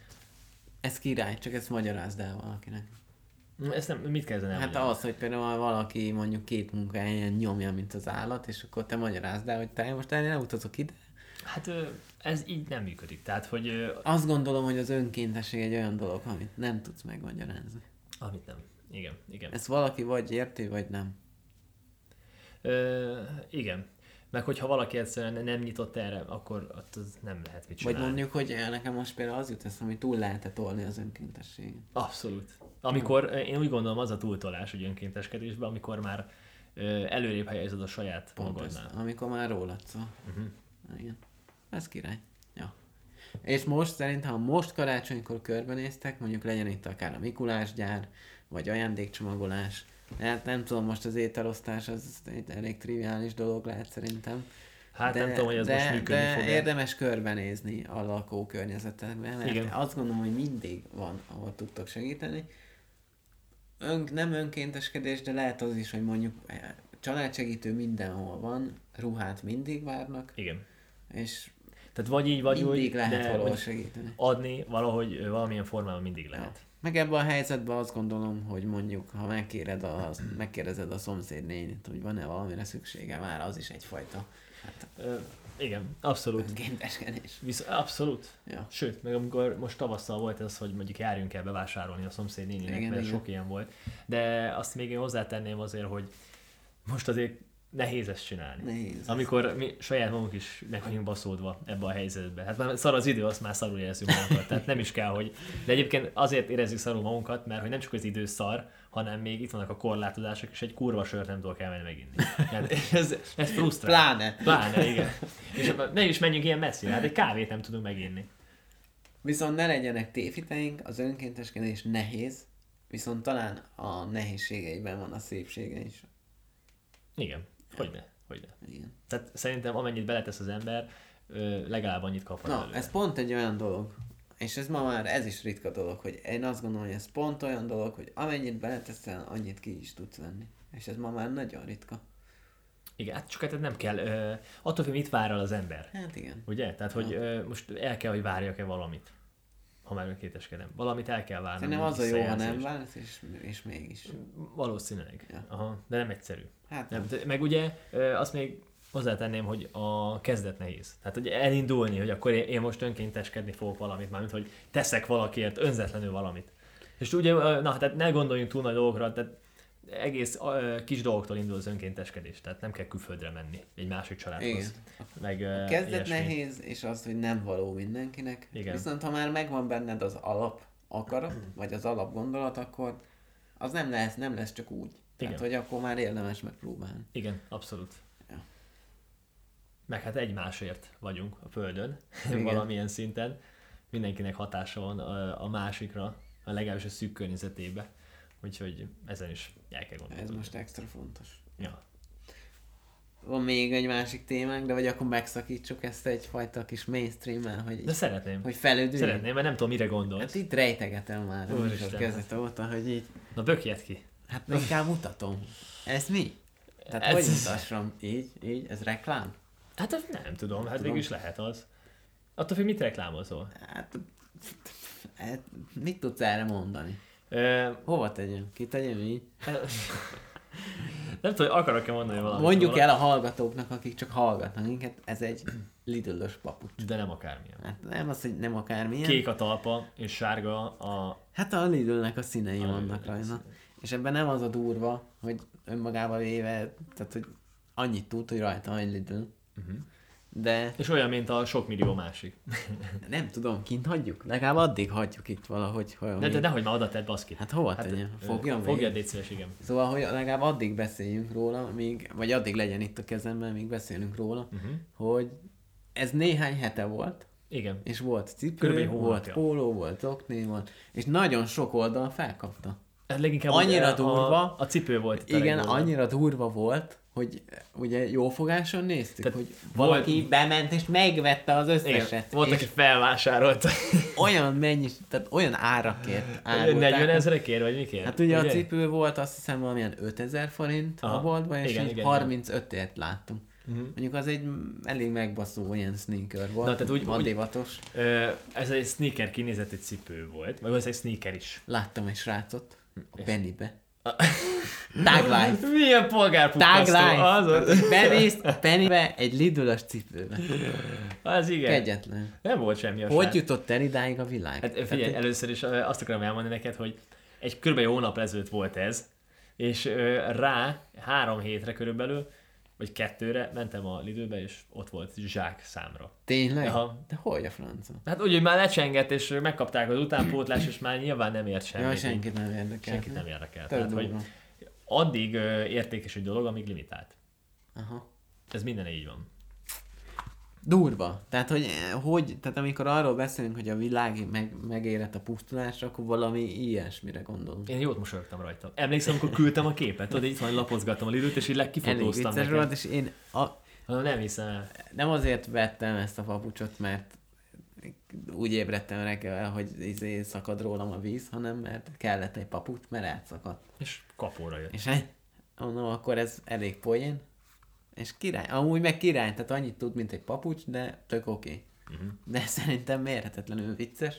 Ez király, csak ezt magyarázd el valakinek. Ezt nem, mit kezdene el? Hát mondani? az, hogy például valaki mondjuk két munkahelyen nyomja, mint az állat, és akkor te magyarázd el, hogy te most el nem utazok ide. Hát ez így nem működik. Tehát, hogy... Azt gondolom, hogy az önkéntesség egy olyan dolog, amit nem tudsz megmagyarázni. Amit nem. Igen, igen. Ezt valaki vagy érti, vagy nem. Ö, igen. Meg hogyha valaki egyszerűen nem nyitott erre, akkor ott az nem lehet mit csinálni. Vagy mondjuk, hogy nekem most például az jut eszembe, hogy túl lehet tolni az önkéntességet. Abszolút. Amikor, én úgy gondolom, az a túltolás, hogy önkénteskedésben, amikor már ö, előrébb helyezed a saját magadnál. Amikor már rólad szól. Uh-huh. Igen. Ez király. Ja. És most szerintem, ha most karácsonykor körbenéztek, mondjuk legyen itt akár a Mikulás gyár, vagy ajándékcsomagolás. Hát nem tudom, most az ételosztás az egy elég triviális dolog lehet szerintem. Hát de, nem tudom, hogy ez de, most működni de fog. De érdemes körbenézni a lakókörnyezetekben, mert igen. Azt gondolom, hogy mindig van, ahol tudtok segíteni. Ön, nem önkénteskedés, de lehet az is, hogy mondjuk családsegítő mindenhol van, ruhát mindig várnak. Igen. És tehát vagy így, vagy mindig úgy, lehet de valahol segíteni. Adni valahogy valamilyen formában mindig lehet. Ja. Meg ebben a helyzetben azt gondolom, hogy mondjuk, ha megkéred a, megkérdezed a szomszéd nénit, hogy van-e valamire szüksége, már az is egyfajta hát, Ö, igen, abszolút. önkénteskedés. Visz, abszolút. Ja. Sőt, meg amikor most tavasszal volt ez, hogy mondjuk járjunk el bevásárolni a szomszéd néninek, Igen, mert igen. sok ilyen volt. De azt még én hozzátenném azért, hogy most azért nehéz ezt csinálni. Nehéz. Amikor mi saját magunk is meg vagyunk baszódva ebbe a helyzetbe. Hát már szar az idő, azt már szarul érezzük magunkat. Tehát nem is kell, hogy... De egyébként azért érezzük szarul magunkat, mert hogy nem csak az idő szar, hanem még itt vannak a korlátozások, és egy kurva sört nem tudok elmenni meginni. Hát ez, ez frusztrál. Pláne. Pláne, igen. És ne is menjünk ilyen messzire, hát egy kávét nem tudunk meginni. Viszont ne legyenek tévhiteink, az önkénteskedés nehéz, viszont talán a nehézségeiben van a szépsége is. Igen. Hogyne, hogyne. Igen. Tehát szerintem amennyit beletesz az ember, legalább annyit kaphat Na, előre. ez pont egy olyan dolog, és ez ma már, ez is ritka dolog, hogy én azt gondolom, hogy ez pont olyan dolog, hogy amennyit beleteszel, annyit ki is tudsz venni. És ez ma már nagyon ritka. Igen, hát csak hát nem kell, ö, attól függ, mit vár el az ember. Hát igen. Ugye? Tehát, hogy ö, most el kell, hogy várjak-e valamit, ha már önkénteskedem. Valamit el kell várnom. Szerintem az a jó, ha nem vársz, és, és mégis. Valószínűleg. Ja. Aha, de nem egyszerű. Hát nem. Meg ugye ö, azt még hozzátenném, hogy a kezdet nehéz. Tehát, hogy elindulni, hogy akkor én most önkénteskedni fogok valamit, mármint, hogy teszek valakiért önzetlenül valamit. És ugye, na, tehát ne gondoljunk túl nagy dolgokra, tehát egész uh, kis dolgoktól indul az önkénteskedés, tehát nem kell külföldre menni egy másik családhoz. Igen. Meg, uh, a kezdet ilyesmi. nehéz, és az, hogy nem való mindenkinek. Igen. Viszont ha már megvan benned az alap akarat, vagy az alap gondolat, akkor az nem lesz, nem lesz csak úgy. Tehát, Igen. hogy akkor már érdemes megpróbálni. Igen, abszolút. Ja. Meg hát egymásért vagyunk a Földön, Igen. valamilyen szinten. Mindenkinek hatása van a, a másikra, a legalábbis a szűk környezetébe. Úgyhogy ezen is el kell gondolni. Ez most extra fontos. Ja. Van még egy másik témánk, de vagy akkor megszakítsuk ezt egyfajta kis mainstream-mel, hogy, De szeretném. hogy felüdüljünk. Szeretném, mert nem tudom, mire gondolsz. Hát itt rejtegetem már a Úristen. műsor kezdete óta, hogy így, Na bökjed ki. hát inkább mutatom. Ez mi? Tehát Ez- hogy mutassam? Így, így, ez reklám? Hát az nem tudom, hát tudom. végül is lehet az. Attól függ, mit reklámozol. Hát, hát, mit tudsz erre mondani? Ö, Hova tegyem? Ki tegyem így? nem tudom, akarok-e mondani valamit. Mondjuk róla, el a hallgatóknak, akik csak hallgatnak minket, ez egy Lidl-ös papucs. De nem akármilyen. Hát nem az, hogy nem akármilyen. Kék a talpa, és sárga a... Hát a Lidl-nek a színei A vannak Lidl-nek a rajta. És ebben nem az a durva, hogy önmagában véve, tehát hogy annyit tud, hogy rajta van egy Lidl. Uh-huh. De És olyan, mint a sok millió másik. nem tudom, kint hagyjuk. Legalább addig hagyjuk itt valahogy. Hogy De, de nehogy már oda tedd, baszki. Hát hova hát, tegyem? Fogjam Fogjad, végig? légy szíves, igen. Szóval, hogy legalább addig beszéljünk róla, míg, vagy addig legyen itt a kezemben, míg beszélünk róla, Uh-huh. hogy ez néhány hete volt, Igen. és volt cipő, Körülbelül volt hónapja. póló, volt okné, volt, és nagyon sok oldal felkapta. Ez leginkább Annyira a, durva. A, a cipő volt. itt a Igen, legdurvább. annyira durva volt, hogy ugye jófogáson néztük, Tehát hogy volt- valaki bement és megvette az összeset. Igen, volt, és aki felvásárolta. olyan mennyis, tehát olyan árakért árulták. negyven ezrekért, vagy mikért? Hát ugye, ugye a cipő volt azt hiszem valamilyen ötezer forint Aha. a boltban, és Igen, így igen, harmincötért láttunk. Uh-huh. Mondjuk az egy elég megbaszó ilyen sneaker volt, Na, tehát úgy- úgy- vadivatos. Ö, ez egy sneaker kinézetű cipő volt, vagy ez egy sneaker is. Láttam egy srácot a És- Pennybe. Tag Life. Milyen Tag polgárpukkasztó Life. az, az, Bemész a Pennybe egy Lidl-ös cipőbe. az igen. Kegyetlen. Nem volt semmi a Hogy srác. jutott el idáig a világ? Hát figyelj, Tehát, először is ö, azt akarom elmondani neked, hogy egy körülbelül hónap ezelőtt volt ez, és ö, rá három hétre körülbelül, vagy kettőre mentem a Lidlbe, és ott volt zsák számra. Tényleg? Aha. De hogy a franca? Hát úgy, hogy már lecsengett, és megkapták az utánpótlás, és már nyilván nem ért semmit. Ja, senkit nem érdekel. Senkit nem érdekel. Tök Tehát, hogy durva. addig ö, értékes egy dolog, amíg limitált. Aha. Ez minden így van. Durva. Tehát, hogy, hogy, tehát amikor arról beszélünk, hogy a világ meg, megérett a pusztulásra, akkor valami ilyesmire gondolunk. Én jót mosolyogtam rajta. Emlékszem, amikor küldtem a képet, tudod, így van, lapozgattam a Lidl-t, és így Elég kifotóztam vicces neked. volt, és én a, Na, nem hiszem el. nem azért vettem ezt a papucsot, mert úgy ébredtem reggel, hogy izé szakad rólam a víz, hanem mert kellett egy papucs, mert elszakadt. És kapóra jött. És egy, mondom, akkor ez elég poén. És király, amúgy meg király, tehát annyit tud, mint egy papucs, de tök oké. Okay. Uh-huh. De szerintem mérhetetlenül vicces.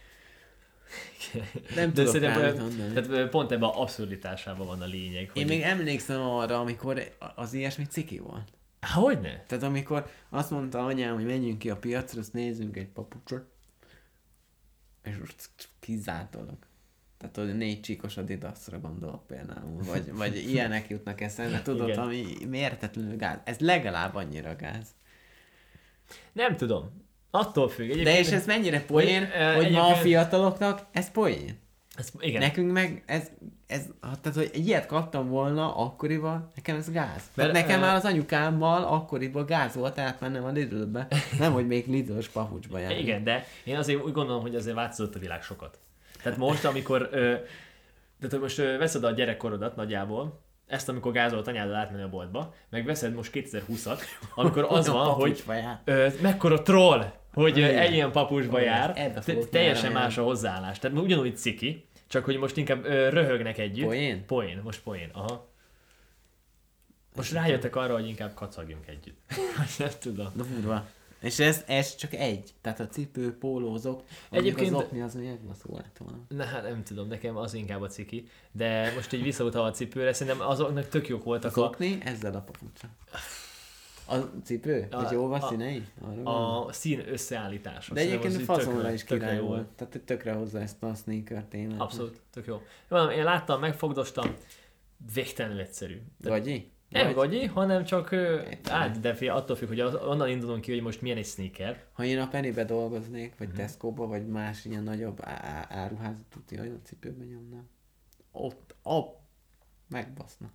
Nem De tudok rá mit szerintem mondani. tehát pont ebben a abszurditásában van a lényeg. Hogy Én még emlékszem arra, amikor az ilyesmi ciki volt. Hogyne? Tehát amikor azt mondta anyám, hogy menjünk ki a piacra, azt nézzünk egy papucsot, és most kizárt dolog. Tehát, hogy négy csíkos Adidasra gondolok például, vagy, vagy ilyenek jutnak eszembe, tudod, Igen. ami mérhetetlenül gáz. Ez legalább annyira gáz. Nem tudom. Attól függ. De és ez mennyire poén, Hogy, ö, hogy ma a egyébként- fiataloknak ez poén? ez, igen. Nekünk meg ez, ez, tehát hogy egy ilyet kaptam volna akkoriban, nekem ez gáz. Mert Mert, nekem ö- már az anyukámmal akkoriban gáz volt átmennem a Lidl-be, nem hogy még Lidl-s papucsba járni. Igen, de én azért úgy gondolom, hogy azért változott a világ sokat. Tehát most, amikor ö, tehát hogy most ö, veszed a gyerekkorodat nagyjából, ezt amikor gázolt anyáddal átmenni a boltba, meg veszed most kétezer-húszat, amikor az Olyan van, hogy papucsba jár. ö, mekkora troll, hogy ö, Igen. egy ilyen papucsba Igen, jár, ebbe te- fogok teljesen már más a hozzáállás. Tehát ugyanúgy ciki, csak hogy most inkább ö, röhögnek együtt. Poén? Poén, most poén, aha. Most rájöttek arra, hogy inkább kacagjunk együtt. Nem tudom. De furva. És ez, ez csak egy. Tehát a cipő, pólózok. Egyébként... Az okni az még megszólalt volna. Na hát nem tudom, nekem az inkább a ciki. De most így visszautalva a cipőre, szerintem azoknak tök jók voltak az a... okni, ezzel a papucsa. A cipő? A, hogy jó a színei? A, a szín összeállítása. De egyébként fazonra is király volt. Tehát tökre hozza ezt a sneakert én. Abszolút, tök jó. Jó, én láttam, megfogdostam, végtelenül egyszerű. Gagyi? Nem gagyi, hanem csak át, de fél, attól függ, hogy az, onnan indulunk ki, hogy most milyen egy sneaker. Ha én a Pennybe dolgoznék, vagy uh-huh. Tesco-ba, vagy más ilyen nagyobb á- áruházat tudja, olyan cipőben nyomnám. Ott, ott, megbaszna.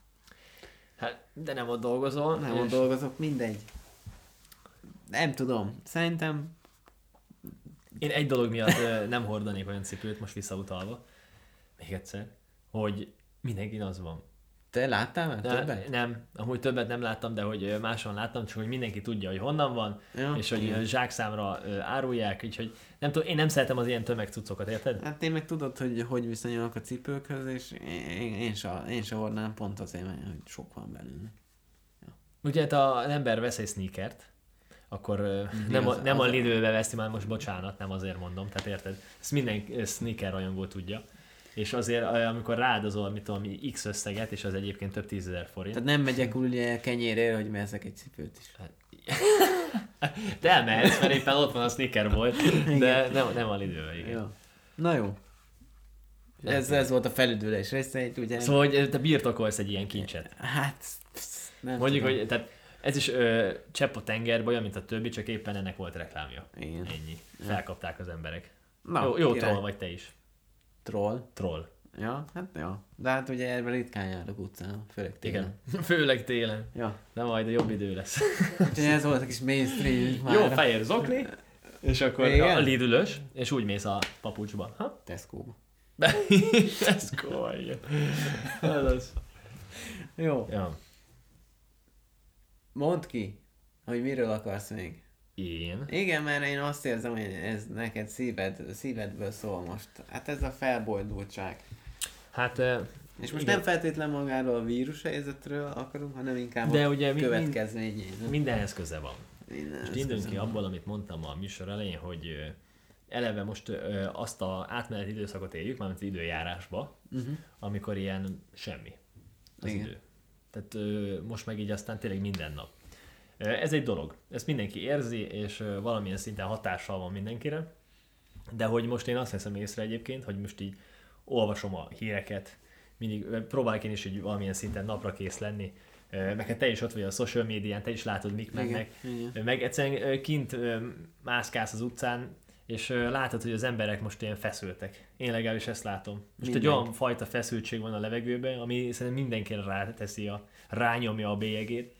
Hát, de nem ott dolgozol. Nem ott dolgozok, mindegy. Nem tudom, szerintem... Én egy dolog miatt nem hordanék olyan cipőt, most visszautalva. Még egyszer, hogy mindenkin az van. Te láttál már többet? Nem, amúgy többet nem láttam, de hogy máson láttam, csak hogy mindenki tudja, hogy honnan van, ja, és hogy igen. Zsákszámra árulják, úgyhogy nem tudom, én nem szeretem az ilyen tömegcuccokat, érted? Hát én meg tudod, hogy hogy viszonyulok a cipőkhöz, és én, én, se, én se hordnám pont azért, mert hogy sok van belőle. Ja. Ugye hát az ember vesz egy sneakert, akkor Mi nem, az, a, nem az a Lidlbe veszi, már most bocsánat, nem azért mondom, tehát érted? Ezt minden sneaker rajongó tudja. És azért, amikor ráadozol, mit tudom, X összeget, és az egyébként több tízezer forint. Tehát nem megyek ugye kenyérére, hogy messzek egy cipőt is. De elmehetsz, mert éppen ott van a sneaker volt, de nem, nem a Lidlbe, igen. Jó. Na jó. Ez, ez volt a felüdülés része, ugye? Szóval, hogy te birtokolsz egy ilyen kincset. Hát, psz, nem mondjuk, tudom. hogy tehát ez is ö, csepp a tengerbe, olyan, mint a többi, csak éppen ennek volt reklámja. Igen. Ennyi. Felkapták az emberek. Na, jó jó troll vagy te is. Troll? Troll. Ja, hát ja. De hát ugye erben ritkán járok utcán, főleg télen. Igen, főleg télen. Ja. De majd a jobb idő lesz. Úgyhogy ez volt a kis mainstream. Jó fehér zokni, és akkor igen? A Lidl-ös, és úgy mész a papucsba. Ha? Tesco-ba. Tesco, igen. Ez az. Jó. Ja. Mondd ki, hogy miről akarsz még. Én? Igen, mert én azt érzem, hogy ez neked szíved, szívedből szól most. Hát ez a felbojdultság. Hát... És most igen. nem feltétlen magáról a vírus helyzetről akarunk, hanem inkább de a ugye következményén. Mind, mindenhez köze van. Mindenhez most induljunk ki abból, amit mondtam a műsor elején, hogy eleve most azt az átmeneti időszakot éljük, mármint az időjárásba, uh-huh. amikor ilyen semmi az igen. idő. Tehát most meg így aztán tényleg minden nap. Ez egy dolog, ezt mindenki érzi, és valamilyen szinten hatással van mindenkire, de hogy most én azt veszem észre egyébként, hogy most így olvasom a híreket, mindig próbálok én is így valamilyen szinten napra kész lenni, meg hát te is ott vagy a social médián, te is látod, mik mennek, igen. meg egyszerűen kint mászkálsz az utcán, és látod, hogy az emberek most ilyen feszültek. Én legalábbis ezt látom. Most Mindenki. Egy olyan fajta feszültség van a levegőben, ami szerintem mindenkire ráteszi a, rányomja a bélyegét,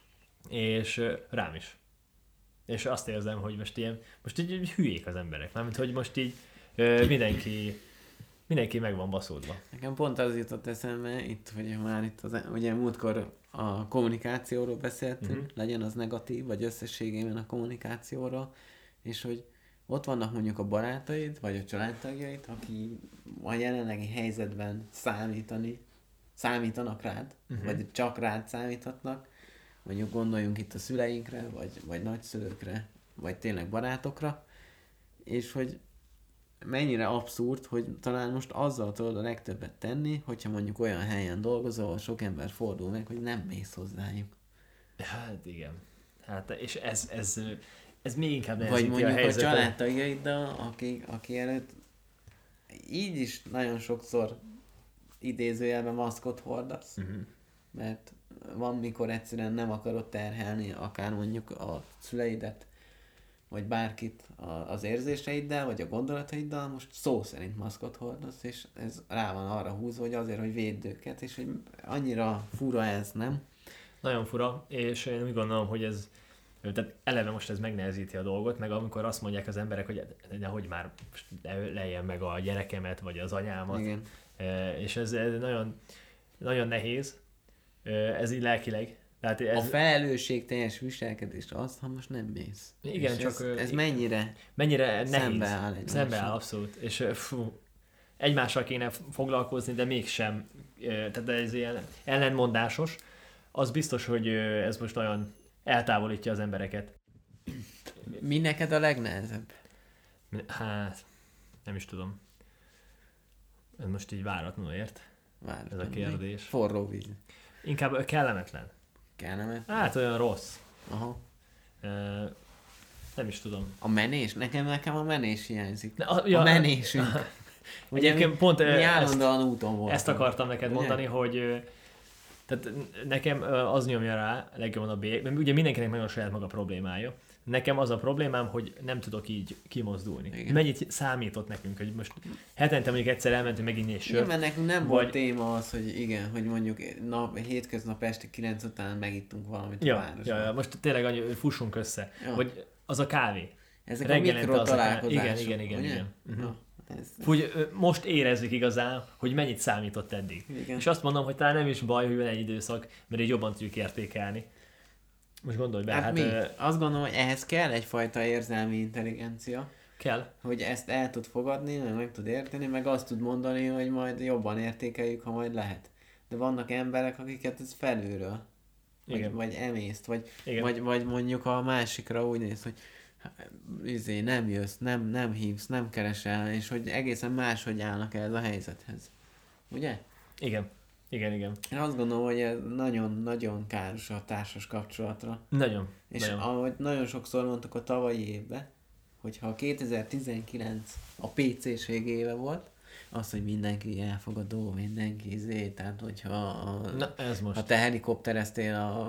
és rám is. És azt érzem, hogy most ilyen, most így hülyék az emberek. Mármint, hogy most így mindenki, mindenki meg van baszódva. Nekem pont az jutott eszembe, itt, hogy már itt az, ugye múltkor a kommunikációról beszéltünk, uh-huh. legyen az negatív, vagy összességében a kommunikációról, és hogy ott vannak mondjuk a barátaid, vagy a családtagjaid, aki a jelenlegi helyzetben számítani, számítanak rád, uh-huh. vagy csak rád számíthatnak, mondjuk gondoljunk itt a szüleinkre, vagy, vagy nagyszülőkre, vagy tényleg barátokra, és hogy mennyire abszurd, hogy talán most azzal tudod a legtöbbet tenni, hogyha mondjuk olyan helyen dolgozol, ahol sok ember fordul meg, hogy nem mész hozzájuk. Hát igen. Hát és ez, ez, ez még inkább nehezíti a helyzetet. Vagy mondjuk a családtagjaiddal, aki, aki előtt így is nagyon sokszor idézőjelben maszkot hordasz, uh-huh. mert van, mikor egyszerűen nem akarod terhelni akár mondjuk a szüleidet, vagy bárkit az érzéseiddel, vagy a gondolataiddal, most szó szerint maszkot hordasz, és ez rá van arra húzva, hogy azért, hogy védd őket, és hogy annyira fura ez, nem? Nagyon fura, és én úgy gondolom, hogy ez, tehát eleve most ez megnehezíti a dolgot, meg amikor azt mondják az emberek, hogy nehogy már lejjen meg a gyerekemet, vagy az anyámat, igen. És ez, ez nagyon, nagyon nehéz, ez így lelkileg. Tehát ez... A felelősségteljes viselkedés az, ha most nem mész. Igen, és csak... Ez, ez mennyire, mennyire nehéz. Szembe áll egy Szembe áll, abszolút. És fú, egymással kéne foglalkozni, de mégsem. Tehát ez ilyen ellenmondásos. az biztos, hogy ez most nagyon eltávolítja az embereket. Mi neked a legnehezebb? Hát, nem is tudom. Ez most így váratlanul ért. Várj, ez a kérdés. Forró víz. Inkább kellemetlen. Kellemetlen? Hát olyan rossz. Aha. E, nem is tudom. A menés? Nekem, nekem a menés hiányzik. Ne, a, ja, a menésünk. Ugye Egyébként pont mi ezt, állandóan úton voltunk. Ezt akartam neked ugye? mondani, hogy tehát nekem az nyomja rá legjobban a bélyeg, mert ugye mindenkinek megvan a saját maga problémája. Nekem az a problémám, hogy nem tudok így kimozdulni. Igen. Mennyit számított nekünk, hogy most hetente mondjuk egyszer elmentünk megint egy sört. Igen, nekünk nem vagy... volt téma az, hogy igen, hogy mondjuk nap, hétköznap este kilenc után megittunk valamit ja, a városban. Ja, ja, most tényleg annyi, hogy fussunk össze. Ja. Vagy az a kávé. Ezek reggelente a mikrotalálkozások. Igen, igen, igen. igen. Uh-huh. Ja, ez... Úgy, most érezzük igazán, hogy mennyit számított eddig. Igen. És azt mondom, hogy talán nem is baj, hogy van egy időszak, mert így jobban tudjuk értékelni. Most gondolj be, hát, hát... mi? Uh, azt gondolom, hogy ehhez kell egyfajta érzelmi intelligencia. Kell. Hogy ezt el tud fogadni, meg meg tud érteni, meg azt tud mondani, hogy majd jobban értékeljük, ha majd lehet. De vannak emberek, akiket ez felülről. Vagy, vagy emészt, vagy, vagy, vagy mondjuk a másikra úgy néz, hogy izé, nem jössz, nem, nem hívsz, nem keresel, és hogy egészen máshogy állnak ehhez a helyzethez. Ugye? Igen. Igen, igen. Én azt gondolom, hogy ez nagyon-nagyon káros a társas kapcsolatra. Nagyon. És nagyon. ahogy nagyon sokszor mondtuk a tavalyi évben, hogyha a kétezer-tizenkilenc a pé cé-ség éve volt, az, hogy mindenki elfogadó, mindenki izé, tehát hogyha a, Na, ez most. ha te helikoptereztél a,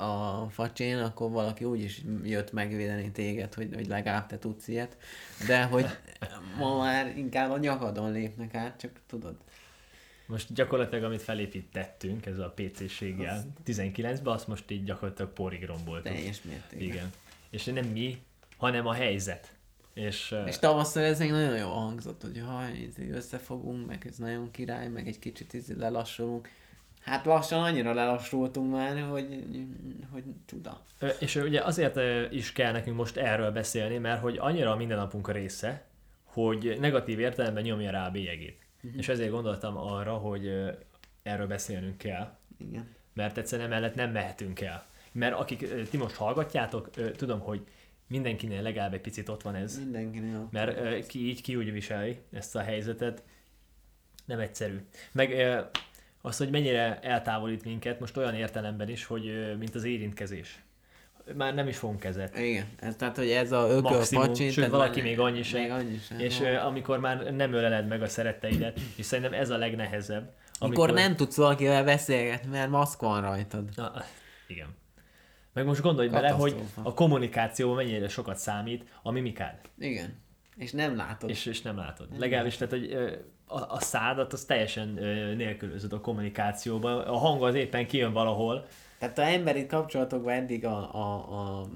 a facsén, akkor valaki úgyis jött megvédeni téged, hogy, hogy legalább te tudsz ilyet, de hogy ma már inkább a nyakadon lépnek át, csak tudod. Most gyakorlatilag, amit felépítettünk, ez a pé cé-séggel tizenkilencben, azt most így gyakorlatilag porig romboltuk. Teljes mértékben. Igen. És nem mi, hanem a helyzet. És, és tavasszal ez még nagyon jól hangzott, hogy ha összefogunk, meg ez nagyon király, meg egy kicsit lelassulunk. Hát lassan annyira lelassultunk már, hogy, hogy csuda. És ugye azért is kell nekünk most erről beszélni, mert hogy annyira a mindennapunk része, hogy negatív értelemben nyomja rá a bélyegét. Uh-huh. És ezért gondoltam arra, hogy erről beszélnünk kell. Igen. Mert egyszerűen emellett nem mehetünk el. Mert akik ti most hallgatjátok, tudom, hogy mindenkinél legalább egy picit ott van ez. Mindenkinél ott. Mert ki így, ki úgy viseli ezt a helyzetet. Nem egyszerű. Meg az, hogy mennyire eltávolít minket, most olyan értelemben is, hogy mint az érintkezés. Már nem is fogunk kezet. Igen, ez, tehát hogy ez a ökölpacsint... Sőt, valaki még annyi sem. Még annyi sem. És uh, amikor már nem öleled meg a szeretteidet, és szerintem ez a legnehezebb. Amikor, amikor nem tudsz valakivel beszélgetni, mert maszk van rajtad. Na, igen. Meg most gondolj bele, hogy a kommunikáció mennyire sokat számít a mimikád. Igen. És nem látod. És, és nem látod. Nem Legalábbis, tehát, hogy a, a szádat az teljesen nélkülözött a kommunikációban. A hang az éppen kijön valahol. Tehát a emberi kapcsolatokban eddig a, a, a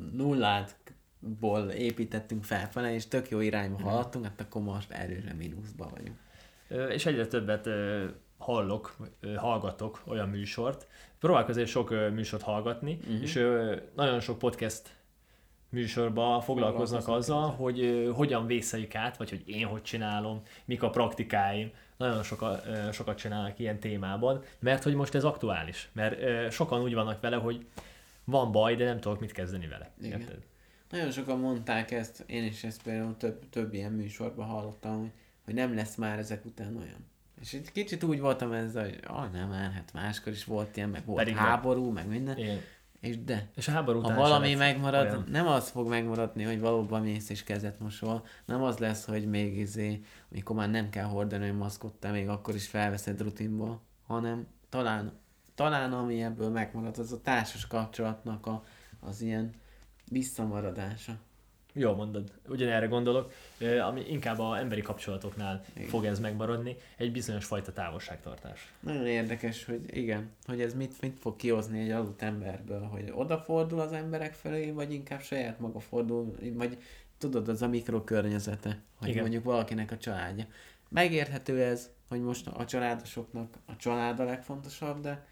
nulládból építettünk felfele, és tök jó irányba mm. haladtunk, hát akkor most erőre mínuszba vagyunk. És egyre többet hallok, hallgatok olyan műsort. Próbálkozom sok műsort hallgatni, mm-hmm. és nagyon sok podcast műsorban foglalkoznak azzal, hogy hogyan vészeljük át, vagy hogy én hogy csinálom, mik a praktikáim. Nagyon soka, sokat csinálnak ilyen témában, mert hogy most ez aktuális. Mert sokan úgy vannak vele, hogy van baj, de nem tudok mit kezdeni vele. Igen. Nagyon sokan mondták ezt, én is ezt például több, több ilyen műsorban hallottam, hogy, hogy nem lesz már ezek után olyan. És egy kicsit úgy voltam ezzel, hogy ah, nem már, hát máskor is volt ilyen, meg volt Pedig háború, meg, meg minden. Igen. És de, és a háború után ha valami megmarad, olyan. Nem az fog megmaradni, hogy valóban mész és kezet mosol, nem az lesz, hogy még izé, amikor már nem kell hordani a maszkot, te még akkor is felveszed rutinból, hanem talán, talán ami ebből megmarad, az a társas kapcsolatnak a, az ilyen visszamaradása. Jól mondod, ugyanerre gondolok, ami inkább az emberi kapcsolatoknál igen. fog ez megmaradni, egy bizonyos fajta távolságtartás. Nagyon érdekes, hogy igen, hogy ez mit, mit fog kihozni egy adott emberből, hogy odafordul az emberek felé, vagy inkább saját maga fordul, vagy tudod, az a mikrokörnyezete, hogy igen. mondjuk valakinek a családja. Megérthető ez, hogy most a családosoknak a család a legfontosabb, de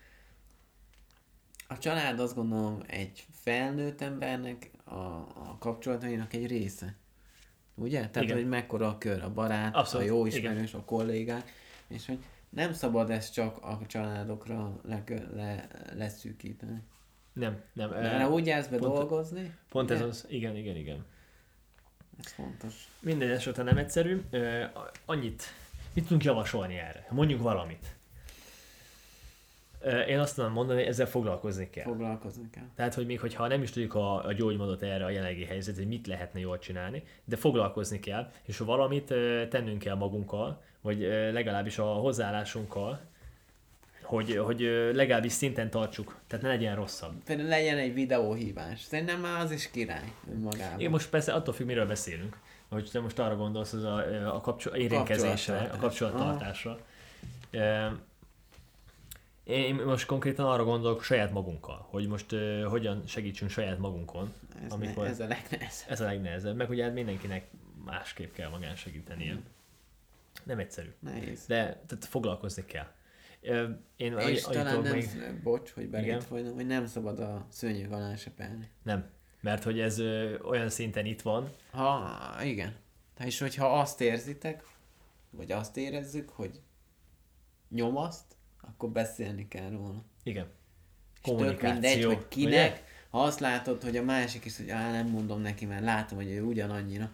a család azt gondolom egy felnőtt embernek a, a kapcsolatainak egy része. Ugye? Tehát, igen. hogy mekkora a kör, a barát, Abszolút. a jó ismerős, igen. a kollégák, és hogy nem szabad ezt csak a családokra le, le, leszűkíteni. Nem, nem. Mert úgy állsz be pont, dolgozni. Pont ez az, igen, igen, igen. Ez fontos. Minden esetben nem egyszerű. Annyit, mit tudunk javasolni erre? Mondjuk valamit. Én azt tudom mondani, hogy ezzel foglalkozni kell. Foglalkozni kell. Tehát, hogy még hogyha nem is tudjuk a, a gyógymódot erre a jelenlegi helyzet, hogy mit lehetne jól csinálni, de foglalkozni kell, és valamit tennünk kell magunkkal, vagy legalábbis a hozzáállásunkkal, hogy, hogy legalábbis szinten tartsuk, tehát ne legyen rosszabb. Például legyen egy videóhívás. Szerintem már az is király önmagában. Én most persze attól függ, miről beszélünk. Hogy te most arra gondolsz, az a, a kapcsol- érintkezésre, a kapcsolattartásra. Én most konkrétan arra gondolok saját magunkkal, hogy most uh, hogyan segítsünk saját magunkon. Ez, amikor ne, ez a legnehezebb. Ez a legnehezebb, meg ugye mindenkinek másképp kell magán segítenie. Mm. Nem egyszerű. Nehéz. De tehát foglalkozni kell. Én és a, talán nem, még... bocs, hogy belét folynom, hogy nem szabad a szőnyeg alá sepelni. Nem, mert hogy ez ö, olyan szinten itt van. Ha, igen. És hogyha azt érzitek, vagy azt érezzük, hogy nyomaszt, akkor beszélni kell róla. Igen. Kommunikáció. És tök mindegy, hogy kinek. Ugye? Ha azt látod, hogy a másik is, hogy á, nem mondom neki, mert látom, hogy ő ugyanannyira.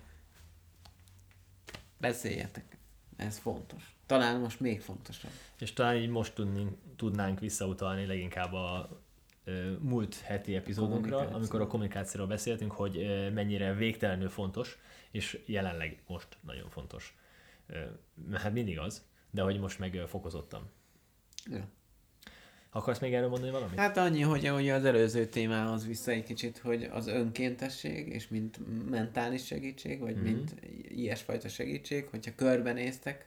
Beszéljetek. Ez fontos. Talán most még fontosabb. És talán így most tudnánk, tudnánk visszautalni leginkább a ö, múlt heti epizódunkra, amikor a kommunikációról beszéltünk, hogy ö, mennyire végtelenül fontos, és jelenleg most nagyon fontos. Ö, hát mindig az, de hogy most meg ö, fokozottam. Ja. Akarsz még erről mondani valamit? Hát annyi, hogy, hogy az előző témához vissza egy kicsit, hogy az önkéntesség, és mint mentális segítség, vagy mm-hmm. mint ilyesfajta segítség, hogyha körbenéztek,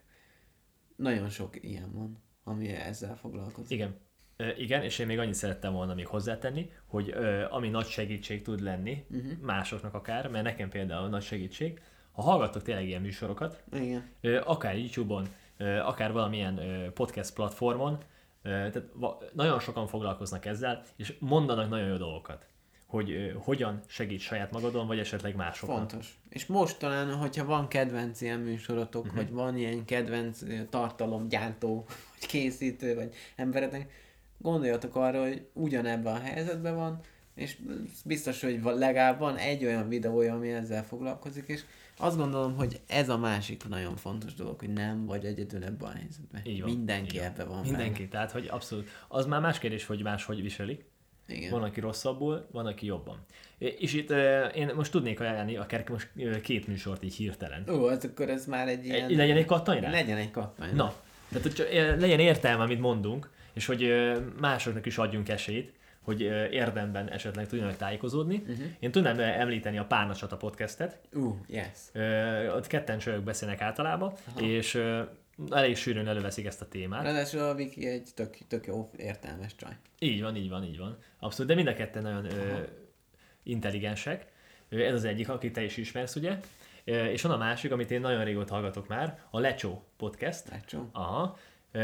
nagyon sok ilyen van, ami ezzel foglalkozik. Igen. Ö, igen, és én még annyit szerettem volna még hozzátenni, hogy ö, ami nagy segítség tud lenni, uh-huh. másoknak akár, mert nekem például nagy segítség, ha hallgattok tényleg ilyen műsorokat, igen. Ö, akár YouTube-on, ö, akár valamilyen ö, podcast platformon, ö, tehát va- nagyon sokan foglalkoznak ezzel, és mondanak nagyon jó dolgokat, hogy ö, hogyan segíts saját magadon, vagy esetleg másoknak. Fontos. És most talán, hogyha van kedvenc ilyen műsorotok, uh-huh. vagy van ilyen kedvenc tartalomgyártó, vagy készítő, vagy embereknek, gondoljatok arra, hogy ugyanebben a helyzetben van, és biztos, hogy legalább van egy olyan videója, ami ezzel foglalkozik, és azt gondolom, hogy ez a másik nagyon fontos dolog, hogy nem vagy egyedül ebben a helyzetben. Így van, Mindenki így ebben van. Mindenki, benne. Tehát, hogy abszolút. Az már más kérdés, hogy máshogy viseli. Igen. Van, aki rosszabbul, van, aki jobban. És itt én most tudnék ajánlani akár most két műsort így hirtelen. Ó, az akkor ez már egy ilyen... Legyen egy kattany rá? Legyen egy kattany. Na, tehát hogy csak legyen értelme, amit mondunk, és hogy másoknak is adjunk esélyt, hogy érdemben esetleg tudjanak tájékozódni. Uh-huh. Én tudnám említeni a Párna Csata podcastet. Uh, yes. Ott ketten csajok beszélnek általában, aha. és elég sűrűn előveszik ezt a témát. Ráadásul a Viki egy tök, tök jó értelmes csaj. Így van, így van, így van. Abszolút, de mind a ketten nagyon ö, intelligensek. Ez az egyik, akit te is ismersz, ugye? És van a másik, amit én nagyon régóta hallgatok már, a Lecsó podcast. Lecsó. Aha.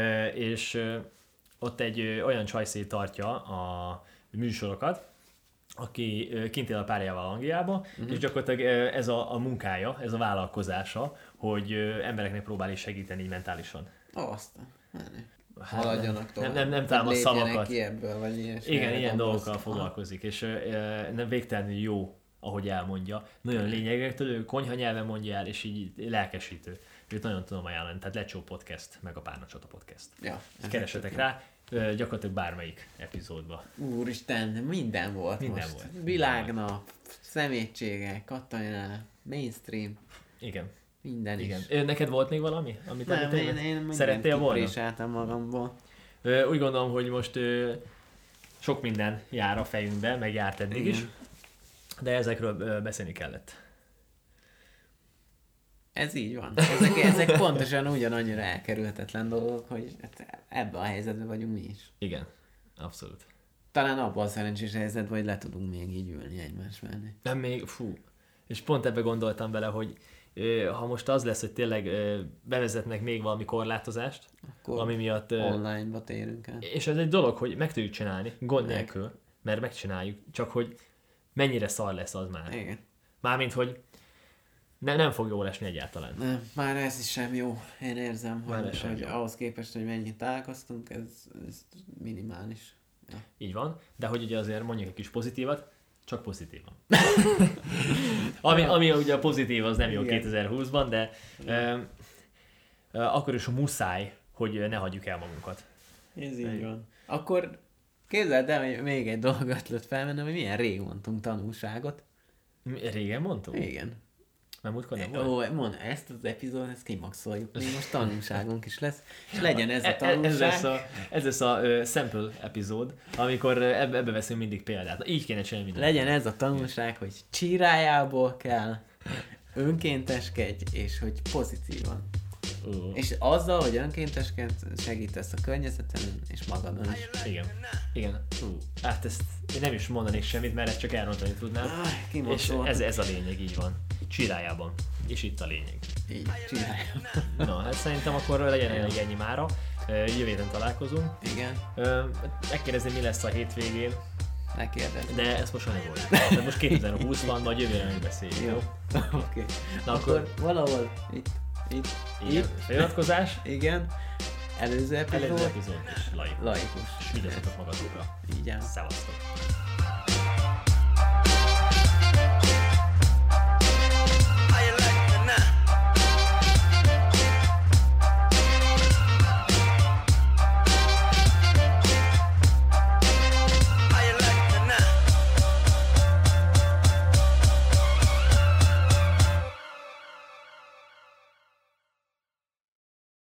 És ott egy olyan csajszé tartja a műsorokat, aki kint él a párjával Angliába, uh-huh. és gyakorlatilag ez a, a munkája, ez a vállalkozása, hogy embereknek próbál is segíteni így mentálisan. Ó, aztán. Hát haladjanak tovább. Nem, nem, nem talán a szavakat. Ki ebből, vagy igen, ilyen dolgokkal foglalkozik, és e, nem végtelenül jó, ahogy elmondja. Nagyon lényegektől, konyha nyelven mondja el, és így lelkesítő. Őt nagyon tudom ajánlani, tehát Lecsó podcast, meg a Párna Csata podcast. Ja, keresetek rá, gyakorlatilag bármelyik epizódban. Úristen, minden volt minden most. Volt. Világnap, szemétségek, kattanyánál, mainstream. Igen. Minden Igen. is. Ö, neked volt még valami? Amit nem, én, én szerettél volna? Szerettél magamból. Ö, úgy gondolom, hogy most ö, sok minden jár a fejünkbe, meg járt eddig Igen. is, de ezekről ö, beszélni kellett. Ez így van. Ezek, ezek pontosan ugyanannyira elkerülhetetlen dolgok, hogy ebben a helyzetben vagyunk mi is. Igen, abszolút. Talán abban a szerencsés helyzetben, hogy le tudunk még így ülni egymás mellé. Nem még, fú. És pont ebbe gondoltam bele, hogy ha most az lesz, hogy tényleg bevezetnek még valami korlátozást, akkor ami miatt... online-ba térünk el. És ez egy dolog, hogy meg tudjuk csinálni, gond meg. nélkül, mert megcsináljuk, csak hogy mennyire szar lesz az már. Igen. Mármint, hogy ne, nem fog jól esni egyáltalán. Nem, már ez is sem jó. Én érzem, hogy, hogy jó. ahhoz képest, hogy mennyit találkoztunk, ez, ez minimális. Ja. Így van, de hogy ugye azért mondjuk egy kis pozitívat, csak pozitívan. ami, ami ugye a pozitív, az nem jó Igen. kétezer-húszban, de ö, ö, akkor is muszáj, hogy ne hagyjuk el magunkat. Ez így van. Akkor képzeld el, hogy még egy dolog ötlött felmennem, hogy milyen rég mondtunk tanulságot. Mi- Régen mondtuk? Igen. Mert múltkor nem volt? Ó, mond, ezt az epizódot, ezt kimaxoljuk. Még most tanulságunk is lesz. És legyen ez a E- e- tanulság. Ez lesz a, ez lesz a uh, sample epizód, amikor uh, ebbe, ebbe veszünk mindig példát. Na, így kéne csinálni mindent. Legyen ez a tanulság, hogy csirájából kell, önkénteskedj, és hogy pozitívan. Uh, És azzal, hogy önkénteskedj, segítesz a környezeten és magadon is. igen. Igen. Uh, hát ezt én nem is mondanék semmit, mert ezt csak elrontani tudnám. Áj, És kimaxoltuk. ez, ez a lényeg, így van. Csirájában. És itt a lényeg. Így, csiráljam. Na, hát szerintem akkor legyen elég ennyi mára. Ö, Jövő héten találkozunk. Igen, Ö, Megkérdezni, mi lesz a hétvégén, ne kérdezz. de ezt most nem volt. Tehát most kétezer-húsz van, majd jövőre megbeszéljük, jó? Jó, oké. Na Akkor akkor, valahol itt, itt, igen, itt, feliratkozás, igen. Előző epizód, előző epizód és laikus. laikus. És vigyázzatok magatokra. Így áll. Szevasztok!